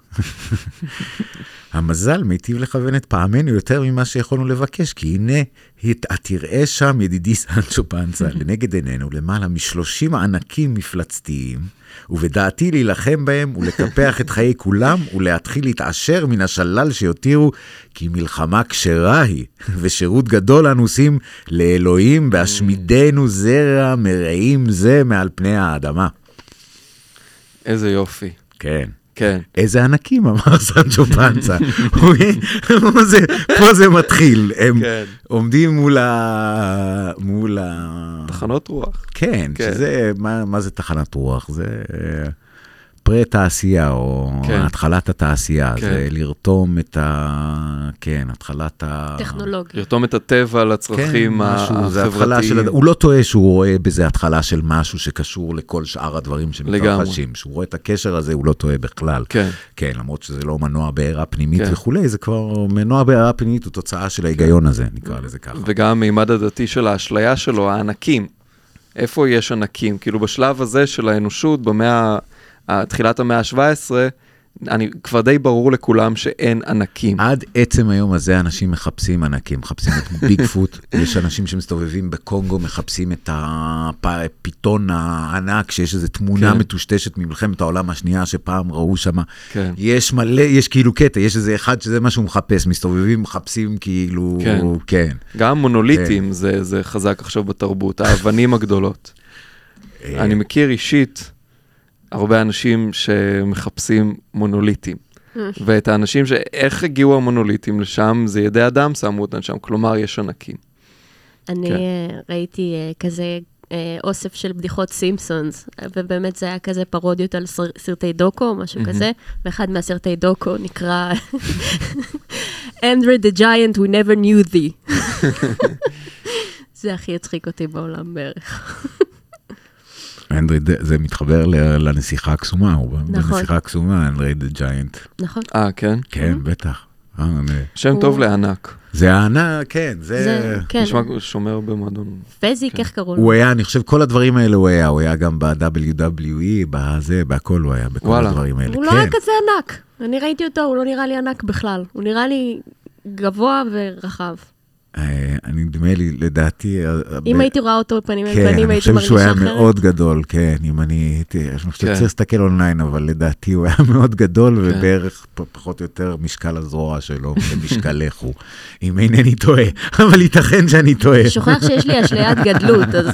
[SPEAKER 3] המזל מיטיב לכוון את פעמנו יותר ממה שיכולנו לבקש, כי הנה, תראה שם ידידי סנצ'ו פנצה, לנגד עינינו, למעלה מ30 ענקים מפלצתיים, ובדעתי להילחם בהם ולקפח את חיי כולם, ולהתחיל להתעשר מן השלל שיותירו, כי מלחמה כשרה היא, ושירות גדול אנו עושים לאלוהים, בהשמידנו זרע מרעים זה מעל פני האדמה.
[SPEAKER 2] איזה יופי.
[SPEAKER 3] כן.
[SPEAKER 2] כן.
[SPEAKER 3] איזה ענקים, אמר סנצ'ו פנצה. פה זה מתחיל. הם עומדים מול
[SPEAKER 2] תחנות רוח.
[SPEAKER 3] כן, שזה, מה זה תחנת רוח? זה פרה-תעשייה, או התחלת התעשייה. זה לרתום את התחלת
[SPEAKER 1] טכנולוגיה.
[SPEAKER 2] לרתום את הטבע לצרכים החברתיים.
[SPEAKER 3] הוא לא טועה שהוא רואה בזה התחלה של משהו שקשור לכל שאר הדברים שמתרחשים. שהוא רואה את הקשר הזה, הוא לא טועה בכלל. כן, למרות שזה לא מנוע בעירה פנימית וכולי, זה כבר מנוע בעירה פנימית, הוא תוצאה של ההיגיון הזה, נקרא לזה ככה.
[SPEAKER 2] וגם המימד הדתי של האשליה שלו, הענקים. איפה יש ענקים? כאילו בשלב הזה של האנושות, תחילת המאה ה-17, כבר די ברור לכולם שאין ענקים.
[SPEAKER 3] עד עצם היום הזה אנשים מחפשים ענקים, מחפשים את ביגפוט, יש אנשים שמסתובבים בקונגו, מחפשים את הפיתון הענק, שיש איזו תמונה מטושטשת ממלחמת העולם השנייה, שפעם ראו שם, יש מלא, יש כאילו קטע, יש איזה אחד שזה מה שהוא מחפש, מסתובבים, מחפשים כאילו, כן.
[SPEAKER 2] גם מונוליטים זה חזק עכשיו בתרבות, האבנים הגדולות. אני מכיר אישית, הרבה אנשים שמחפשים מונוליטים. ואת האנשים איך הגיעו המונוליטים לשם, זה ידי אדם שמו אותם שם, כלומר יש ענקים.
[SPEAKER 1] אני ראיתי כזה אוסף של בדיחות סימפסונס, ובאמת זה היה כזה פרודיות על סרטי דוקו, או משהו כזה, ואחד מהסרטי דוקו נקרא Andre the Giant We Never Knew Thee. זה הכי הצחיק אותי בעולם בערך.
[SPEAKER 3] אנדרי, זה מתחבר לנסיכה הקסומה, הוא בנסיכה הקסומה, אנדרי דה ג'יינט.
[SPEAKER 1] נכון.
[SPEAKER 2] כן?
[SPEAKER 3] כן, בטח.
[SPEAKER 2] שם טוב לענק.
[SPEAKER 3] זה הענק, כן, זה...
[SPEAKER 2] נשמע שומר במועדון.
[SPEAKER 1] פזיק, איך קראו לו?
[SPEAKER 3] הוא היה, אני חושב, כל הדברים האלה הוא היה גם ב-WWE, בזה, בהכל הוא היה, בכל הדברים האלה.
[SPEAKER 1] הוא לא היה כזה ענק. אני ראיתי אותו, הוא לא נראה לי ענק בכלל. הוא נראה לי גבוה ורחב.
[SPEAKER 3] אני נדמה לי, לדעתי...
[SPEAKER 1] אם הייתי רואה אותו פנים אל פנים, הייתי
[SPEAKER 3] אני
[SPEAKER 1] מרגישה אחרת.
[SPEAKER 3] חושב שהוא היה מאוד גדול, כן, אם אני חושב שצריך להסתכל אונליין, אבל לדעתי הוא היה מאוד גדול, ובערך פחות או יותר משקל הזרוע שלו, ומשקלך הוא, אם אינני טועה, אבל ייתכן שאני טועה.
[SPEAKER 1] שוכח שיש לי אשליית גדלות, אז...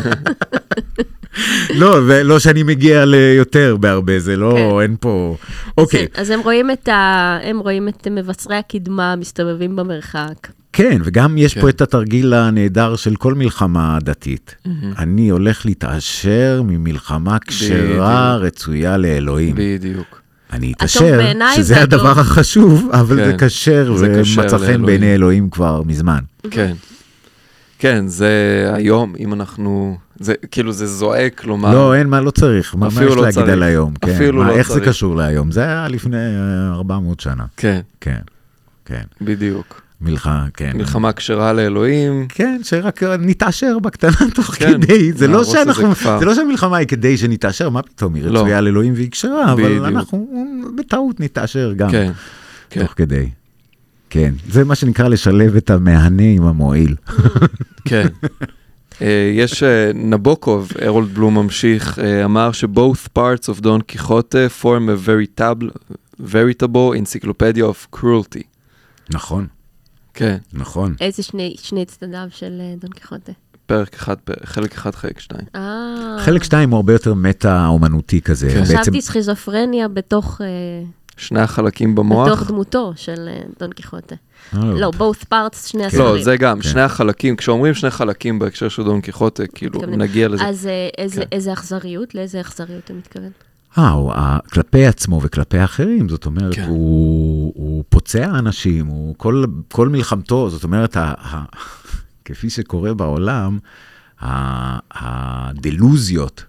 [SPEAKER 3] לא שאני מגיע ליותר בהרבה, זה לא, אין פה... אוקיי.
[SPEAKER 1] אז הם רואים את מבשרי הקדמה מסתובבים במרחק.
[SPEAKER 3] כן, וגם יש פה את התרגיל הנהדר של כל מלחמה דתית. אני הולך להתעשר ממלחמה כשרה רצויה לאלוהים.
[SPEAKER 2] בדיוק.
[SPEAKER 3] אני אתעשר, שזה הדבר החשוב, אבל זה כשר ומצא חן בעיני אלוהים כבר מזמן.
[SPEAKER 2] כן. כן, זה היום, אם אנחנו... זה כאילו זה זועק, כלומר...
[SPEAKER 3] לא, אין מה, לא צריך. מה יש להגיד על היום?
[SPEAKER 2] אפילו לא צריך.
[SPEAKER 3] איך זה קשור להיום? זה היה לפני 400 שנה.
[SPEAKER 2] כן.
[SPEAKER 3] כן, כן.
[SPEAKER 2] בדיוק.
[SPEAKER 3] מלחמה
[SPEAKER 2] כשרה לאלוהים.
[SPEAKER 3] כן, שרק נתעשר בקטנה תוך כדי. זה לא שהמלחמה היא כדי שנתעשר, מה פתאום? היא רצויה לאלוהים והיא כשרה, אבל אנחנו בטעות נתעשר גם תוך כדי. כן, זה מה שנקרא לשלב את המהנה עם המועיל.
[SPEAKER 2] כן. יש נבוקוב, הרולד בלום ממשיך, אמר ש-both parts of Don Quixote form a veritable encyclopedia of cruelty.
[SPEAKER 3] נכון.
[SPEAKER 2] כן.
[SPEAKER 3] נכון.
[SPEAKER 1] איזה שני צדדיו של דון קיחוטה?
[SPEAKER 2] פרק אחד, חלק אחד, חלק 2.
[SPEAKER 3] חלק 2 הוא הרבה יותר מטה אומנותי כזה.
[SPEAKER 1] חשבתי סכיזופרניה בתוך...
[SPEAKER 2] שני החלקים במוח.
[SPEAKER 1] בתוך דמותו של דון קיחוטה. לא, both parts, שני הספרים.
[SPEAKER 2] לא, זה גם, שני החלקים, כשאומרים שני חלקים בהקשר של דון קיחוטה, כאילו, נגיע לזה.
[SPEAKER 1] אז איזה אכזריות, לאיזה אכזריות אתה מתכוון?
[SPEAKER 3] כלפי עצמו וכלפי האחרים, זאת אומרת, הוא פוצע אנשים, הוא כל מלחמתו, זאת אומרת, כפי שקורה בעולם, הדלוזיות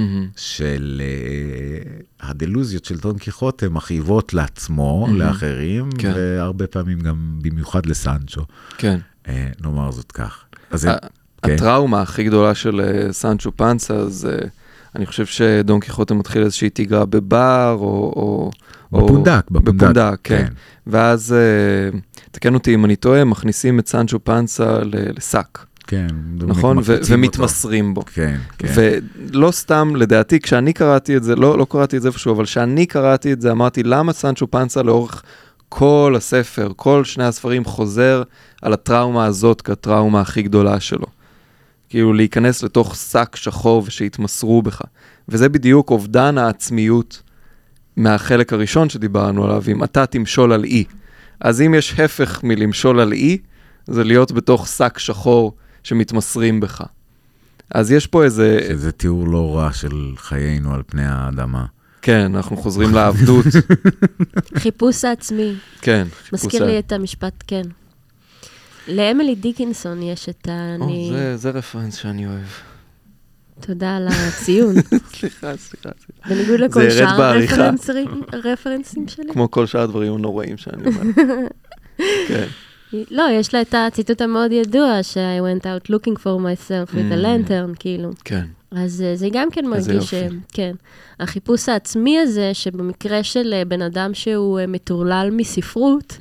[SPEAKER 3] של דון קיחוטה מכאיבות לעצמו, לאחרים, והרבה פעמים גם במיוחד לסנצ'ו.
[SPEAKER 2] כן.
[SPEAKER 3] נאמר זאת כך.
[SPEAKER 2] הטראומה הכי גדולה של סנצ'ו פנסה, אז אני חושב שדון קיחוטה מתחיל איזושהי תיגרה בבר, או בפונדק, כן. ואז, תקן אותי אם אני טועה, מכניסים את סנצ'ו פנסה לשק.
[SPEAKER 3] כן.
[SPEAKER 2] נכון? ומתמסרים בו.
[SPEAKER 3] כן, כן.
[SPEAKER 2] ולא סתם, לדעתי, כשאני קראתי את זה, לא קראתי את זה איפשהו, אבל כשאני קראתי את זה, אמרתי, למה סנצ'ו פנסה לאורך כל הספר, כל שני הספרים חוזר על הטראומה הזאת כהטראומה הכי גדולה שלו. כאילו להיכנס לתוך שק שחור ושהתמסרו בך. וזה בדיוק אובדן העצמיות מהחלק הראשון שדיברנו עליו, אם אתה תמשול על אי. אז אם יש הפך מלמשול על אי, זה להיות בתוך שק שחור שמתמסרים בך. אז יש פה איזה...
[SPEAKER 3] שזה תיאור לא רע של חיינו על פני האדמה.
[SPEAKER 2] כן, אנחנו חוזרים לעבדות.
[SPEAKER 1] חיפוש העצמי.
[SPEAKER 2] כן.
[SPEAKER 1] מזכיר לי את המשפט, כן. לאמילי דיקנסון יש את
[SPEAKER 2] זה רפרנס שאני אוהב.
[SPEAKER 1] תודה על הציון.
[SPEAKER 2] סליחה.
[SPEAKER 1] בניגוד לכל שאר הרפרנסים שלי.
[SPEAKER 2] כמו כל שאר הדברים הנוראים שאני אומר. כן.
[SPEAKER 1] לא, יש לה את הציטוט המאוד ידוע, ש-I went out looking for myself with a lantern, כאילו.
[SPEAKER 2] כן.
[SPEAKER 1] אז זה גם כן מרגיש, כן. החיפוש העצמי הזה, שבמקרה של בן אדם שהוא מטורלל מספרות,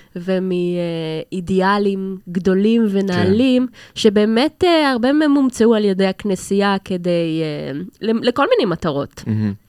[SPEAKER 1] ומאידיאלים גדולים ונעלים, שבאמת הרבה מהם מומצאו על ידי הכנסייה כדי, לכל מיני מטרות.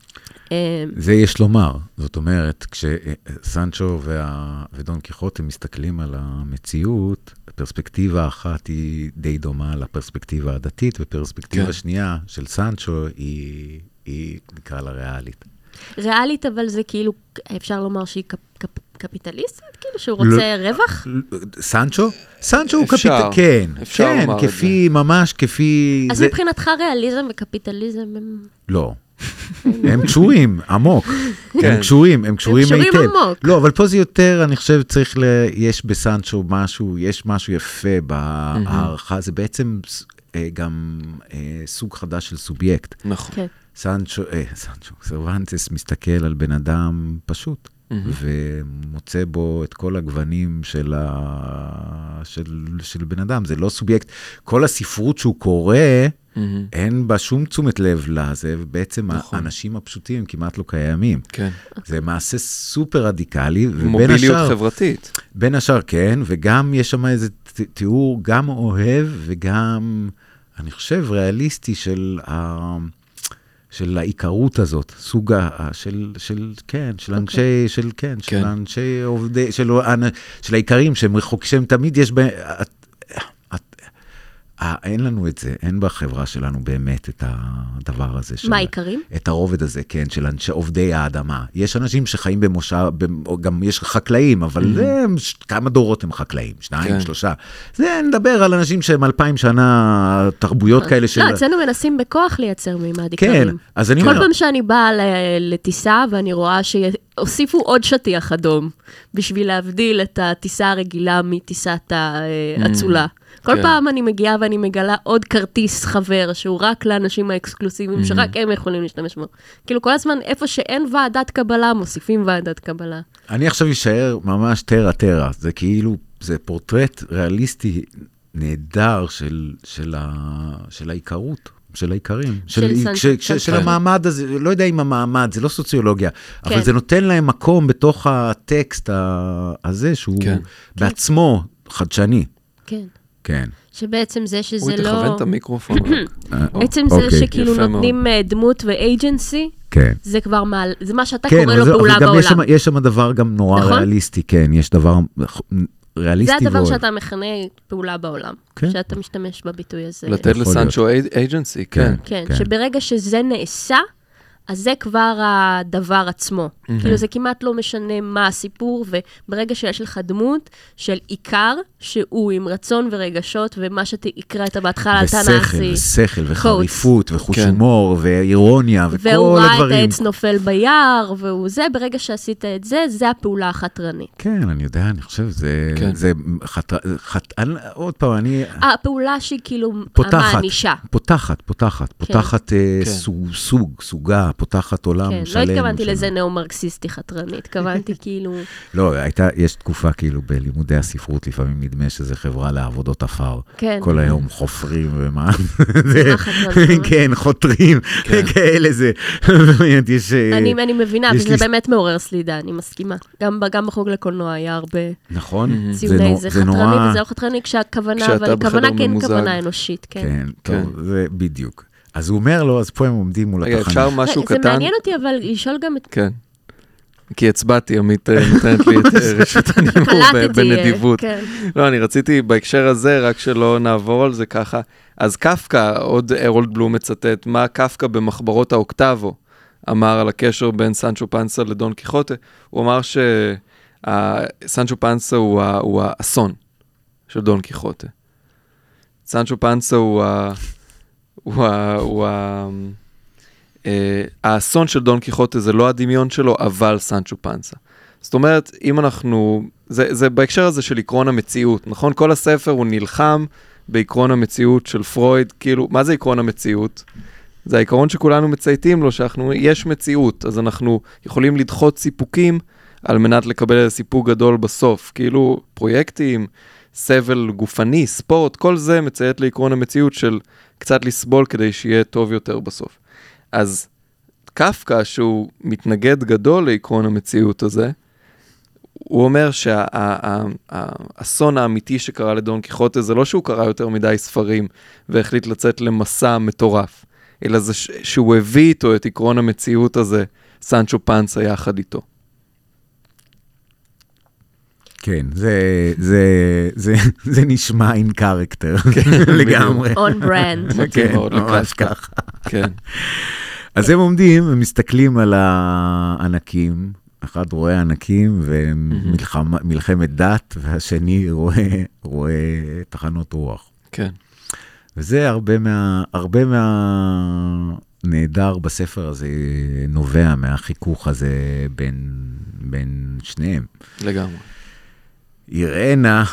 [SPEAKER 3] זה יש לומר, זאת אומרת, כשסנצ'ו ודון קיחוטה מסתכלים על המציאות, פרספקטיבה אחת היא די דומה לפרספקטיבה הדתית, ופרספקטיבה שנייה של סנצ'ו היא נקרא לה ריאלית.
[SPEAKER 1] ריאלית, אבל זה כאילו, אפשר לומר שהיא קפיטליסטית? כאילו שהוא רוצה רווח?
[SPEAKER 3] סנצ'ו? סנצ'ו הוא קפיטליסט, כן, כפי, ממש כפי...
[SPEAKER 1] אז מבחינתך ריאליזם וקפיטליזם הם...
[SPEAKER 3] לא. הם קשורים, עמוק. הם קשורים היטב.
[SPEAKER 1] עמוק.
[SPEAKER 3] לא, אבל פה זה יותר, אני חושב, יש בסנצ'ו משהו, יש משהו יפה בהערכה, זה בעצם גם סוג חדש של סובייקט.
[SPEAKER 2] נכון.
[SPEAKER 3] סנצ'ו, סרוונטס מסתכל על בן אדם פשוט, ומוצא בו את כל הגוונים של בן אדם, זה לא סובייקט. כל הספרות שהוא קורא, אין בה שום תשומת לב לזה, ובעצם האנשים הפשוטים כמעט לא קיימים.
[SPEAKER 2] כן.
[SPEAKER 3] זה מעשה סופר רדיקלי,
[SPEAKER 2] מוביליות חברתית.
[SPEAKER 3] בין השאר, כן, וגם יש שם איזה תיאור גם אוהב, וגם, אני חושב, ריאליסטי של העיקרות הזאת, סוגה של אנשי עובדי, של העיקרים, שהם תמיד יש אין לנו את זה, אין בחברה שלנו באמת את הדבר הזה.
[SPEAKER 1] מה העיקרים?
[SPEAKER 3] את הרובד הזה, כן, של אנשי עובדי האדמה. יש אנשים שחיים במושב, גם יש חקלאים, אבל כמה דורות הם חקלאים, 2, 3. זה נדבר על אנשים שהם 2000 שנה, תרבויות כאלה של...
[SPEAKER 1] לא, אצלנו מנסים בכוח לייצר מימד עיקרים.
[SPEAKER 3] כן, אז אני אומר...
[SPEAKER 1] כל פעם שאני באה לטיסה, ואני רואה שהוסיפו עוד שטיח אדום, בשביל להבדיל את הטיסה הרגילה מטיסת האצולה. כל פעם אני מגיעה ואני מגלה עוד כרטיס חבר, שהוא רק לאנשים האקסקלוסיביים, שרק הם יכולים להשתמש בו. כאילו כל הזמן, איפה שאין ועדת קבלה, מוסיפים ועדת קבלה.
[SPEAKER 3] אני עכשיו אשאר ממש טרה. זה כאילו, זה פורטרט ריאליסטי נהדר של העיקרות. של העיקרים, של המעמד הזה, לא יודע אם המעמד, זה לא סוציולוגיה, אבל זה נותן להם מקום בתוך הטקסט הזה, שהוא בעצמו חדשני.
[SPEAKER 1] כן.
[SPEAKER 3] כן.
[SPEAKER 1] שבעצם זה שזה לא...
[SPEAKER 2] הוא תכוון את המיקרופון.
[SPEAKER 1] בעצם זה שכאילו נותנים דמות ואייג'נסי, זה כבר זה מה שאתה קורא לו פעולה בעולם.
[SPEAKER 3] יש שם דבר גם נורא ריאליסטי, כן, יש דבר ריאליסטי.
[SPEAKER 1] זה הדבר שאתה מכנה פעולה בעולם, שאתה משתמש בביטוי הזה.
[SPEAKER 2] לתת לסנצ'ו אייג'נסי, כן.
[SPEAKER 1] כן, שברגע שזה נעשה, אז זה כבר הדבר עצמו. כאילו זה כמעט לא משנה מה הסיפור, וברגע שיש לך דמות של עיקר, שהוא עם רצון ורגשות, ומה שתקראת בהתחלה תנ"כי.
[SPEAKER 3] ושכל, וחריפות, וחוש הומור, ואירוניה, וכל הדברים.
[SPEAKER 1] והוא ראה את העץ נופל ביער, והוא זה, ברגע שעשית את זה, זה הפעולה החתרנית.
[SPEAKER 3] כן, אני יודע, אני חושב, זה עוד פעם, אני...
[SPEAKER 1] הפעולה שהיא כאילו המענישה.
[SPEAKER 3] פותחת סוגה, פותחת עולם שלם.
[SPEAKER 1] לא התכוונתי לזה נאו-מרקסיסטי חתרני, התכוונתי כאילו...
[SPEAKER 3] לא, יש תקופה כאילו בלימודי הספרות, לפעמים נדמה שזה חברה לעבודות אפר.
[SPEAKER 1] כן.
[SPEAKER 3] כל היום חופרים ומה... כן, חותרים, כאלה זה.
[SPEAKER 1] אני מבינה, וזה באמת מעורר סלידה, אני מסכימה. גם בחוג לקולנוע היה הרבה...
[SPEAKER 3] נכון.
[SPEAKER 1] ציוני, זה חתרני וזה לא חתרני, כשהכוונה, אבל הכוונה כן כוונה אנושית, כן.
[SPEAKER 3] כן, טוב, זה בדיוק. אז הוא אומר לו, אז פה הם עומדים מול התחנה.
[SPEAKER 2] אפשר משהו קטן?
[SPEAKER 1] זה מעניין אותי, אבל לשאול גם את...
[SPEAKER 2] כן. כי הצבעתי, עמית נותנת לי את רשות הנימור בנדיבות. לא, אני רציתי בהקשר הזה, רק שלא נעבור על זה ככה. אז קפקא, עוד הרולד בלום מצטט, מה קפקא במחברות האוקטבו אמר על הקשר בין סנצ'ו פנסה לדון קיחוטה. הוא אמר שסנצ'ו פנסה הוא האסון של דון קיחוטה. סנצ'ו פנסה הוא האסון של דון קיחוטה, זה לא הדמיון שלו, אבל סנצ'ו פנסה. זאת אומרת, אם אנחנו, זה בהקשר הזה של עקרון המציאות, נכון? כל הספר הוא נלחם בעקרון המציאות של פרויד, כאילו, מה זה עקרון המציאות? זה העיקרון שכולנו מצייתים לו, יש מציאות, אז אנחנו יכולים לדחות סיפוקים על מנת לקבל סיפוק גדול בסוף, כאילו פרויקטים, סבל גופני, ספורט, כל זה מציית לעקרון המציאות של קצת לסבול כדי שיהיה טוב יותר בסוף. אז קפקא, שהוא מתנגד גדול לעקרון המציאות הזה, הוא אומר שהאסון האמיתי שקרה לדון קיחוטה, זה לא שהוא קרא יותר מדי ספרים והחליט לצאת למסע מטורף, אלא זה שהוא הביא איתו את עקרון המציאות הזה, סנצ'ו פנסה יחד איתו.
[SPEAKER 3] כן, זה נשמע in character, לגמרי.
[SPEAKER 1] On brand.
[SPEAKER 3] כן, ממש ככה. כן. אז הם עומדים, הם מסתכלים על הענקים, אחד רואה ענקים ומלחמת דת, והשני רואה תחנות רוח.
[SPEAKER 2] כן.
[SPEAKER 3] וזה הרבה נהדר בספר הזה, נובע מהחיכוך הזה בין שניהם.
[SPEAKER 2] לגמרי.
[SPEAKER 3] יראנה,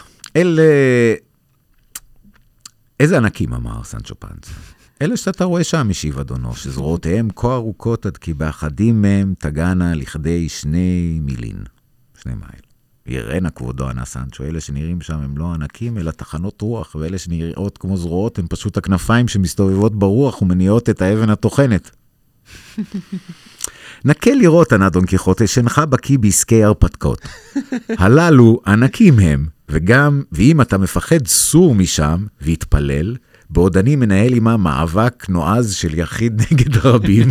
[SPEAKER 3] איזה ענקים אמר סנצ'ו פנסה? אלה שאתה רואה שם משיב אדונו, שזרועותיהם כה ארוכות עד כי באחדים מהם תגענה לכדי 2 מילין. 2 מייל. יראנה כבודו ענה סנצ'ו, אלה שנראים שם הם לא ענקים, אלא תחנות רוח, ואלה שנראות כמו זרועות הם פשוט הכנפיים שמסתובבות ברוח ומניעות את האבן התוכנת. נקל לראות, ענה דון קיחוטה, שנך בקיא בעסקי הרפתקות. הללו ענקים הם, ואם אתה מפחד סור משם והתפלל, בעוד אני מנהל עמה מאבק נועז של יחיד נגד רבים.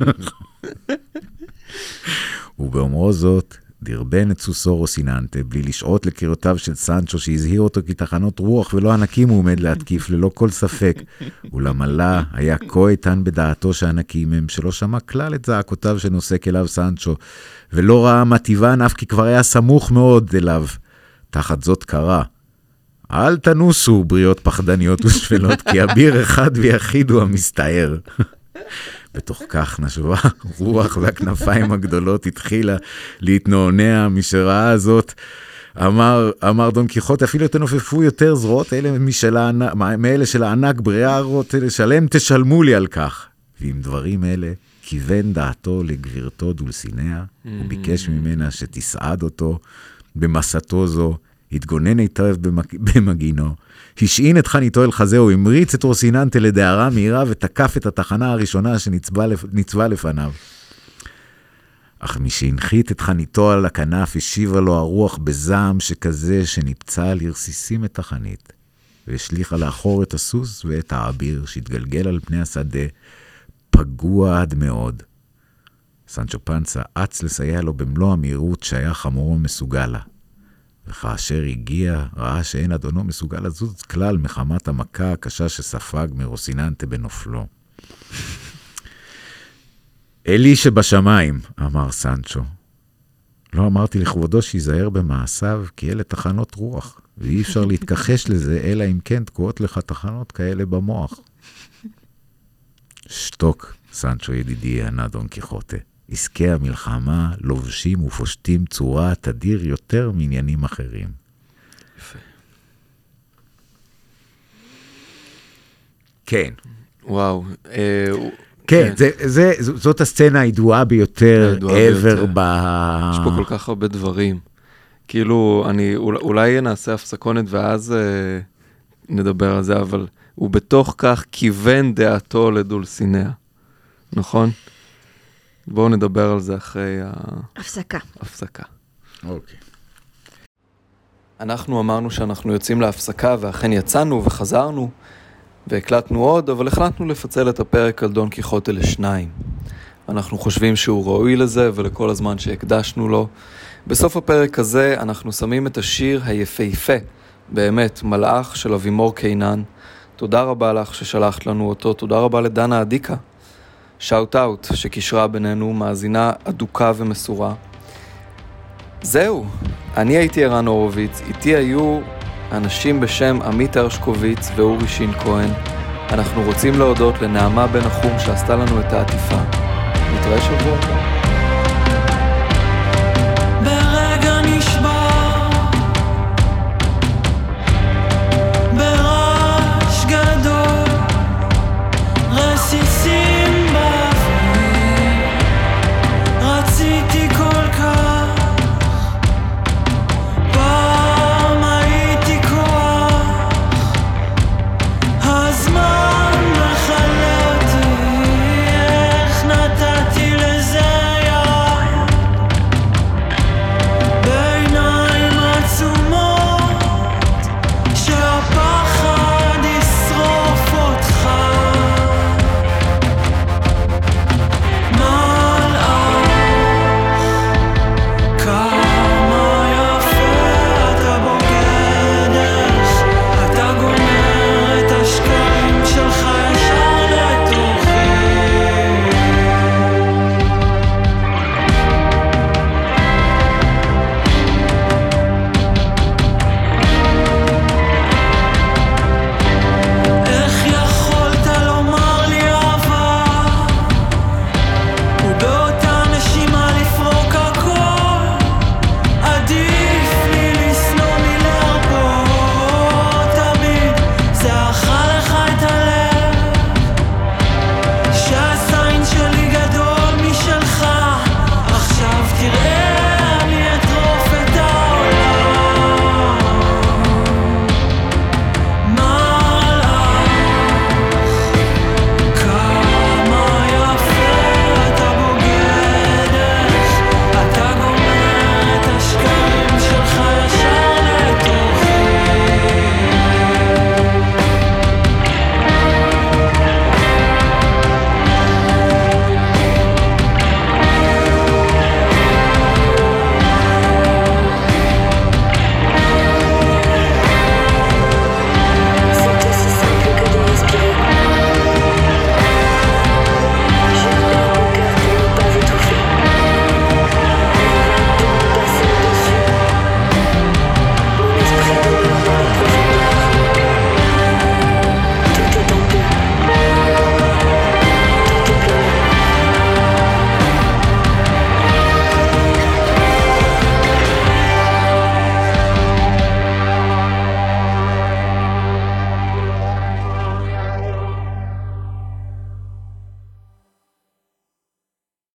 [SPEAKER 3] ובאומרו זאת, דרבן את סוסו רוסיננטה, בלי לשעות לקריאותיו של סנצ'ו, שהזהיר אותו כי תחנות רוח ולא ענקים הוא עומד להתקיף, ללא כל ספק. ולמלה היה כה איתן בדעתו שענקים הם, שלא שמע כלל את זעקותיו שנוסק אליו סנצ'ו, ולא ראה מה טבען, אף כי כבר היה סמוך מאוד אליו. תחת זאת קרא, אל תנוסו בריות פחדניות ושפלות, כי אביר אחד ויחיד הוא המסתער. בתוך כך נשבה רוח והכנפיים הגדולות התחילה להתנוענע משראה הזאת. אמר דון קיחוטה, אפילו תנופפו יותר זרועות מאלה של הענק בריארות, שלם תשלמו לי על כך. ועם דברים אלה כיוון דעתו לגבירתו דולסיניה, הוא ביקש ממנה שתסעד אותו במסעתו זו, התגונן היטב במגינו, השעין את חניתו אל חזהו, המריץ את רוסיננטה לדהרה מהירה ותקף את התחנה הראשונה שנצבה לפניו. אך משהנחית את חניתו על הכנף, השיבה לו הרוח בזעם שכזה שנפצע לרסיסים את החנית, והשליחה לאחור את הסוס ואת האביר שהתגלגל על פני השדה, פגוע עד מאוד. סנצ'ו פנסה אץ לסייע לו במלוא המהירות שהיה חמורו מסוגל לה. וכאשר הגיע, ראה שאין אדונו מסוגל לזוז כלל מחמת המכה הקשה שספג מרוסיננטה בנופלו. אלי שבשמיים, אמר סנצ'ו. לא אמרתי לכבודו שיזהר במעשיו, כי אלה תחנות רוח, ואי אפשר להתכחש לזה, אלא אם כן תקועות לך תחנות כאלה במוח. שתוק, סנצ'ו ידידי, ענה דון קיחוטה. עסקי המלחמה לובשים ופושטים צורה תדיר יותר מעניינים אחרים.
[SPEAKER 2] יפה.
[SPEAKER 3] כן.
[SPEAKER 2] וואו.
[SPEAKER 3] כן, זאת הסצנה הידועה ביותר ever ב...
[SPEAKER 2] יש פה כל כך הרבה דברים. כאילו, אולי נעשה הפסקונת ואז נדבר על זה, אבל הוא בתוך כך כיוון דעתו לדולסיניה. נכון? בואו נדבר על זה אחרי ההפסקה.
[SPEAKER 3] אוקיי.
[SPEAKER 2] אנחנו אמרנו שאנחנו יוצאים להפסקה, ואכן יצאנו וחזרנו, והקלטנו עוד, אבל החלטנו לפצל את הפרק על דון קיחוטה לשניים. אנחנו חושבים שהוא ראוי לזה ולכל הזמן שהקדשנו לו. בסוף הפרק הזה אנחנו שמים את השיר היפהפה, באמת, מלאך של אבימור קינן. תודה רבה לך ששלחת לנו אותו, תודה רבה לדנה אדיקה. שאוט אאוט שקישרה בינינו, מאזינה אדוקה ומסורה. זהו, אני הייתי ערן הורוביץ, איתי היו אנשים בשם עמית הרשקוביץ ואורי שין כהן. אנחנו רוצים להודות לנעמה בן החום שעשתה לנו את העטיפה. נתראה שבוע.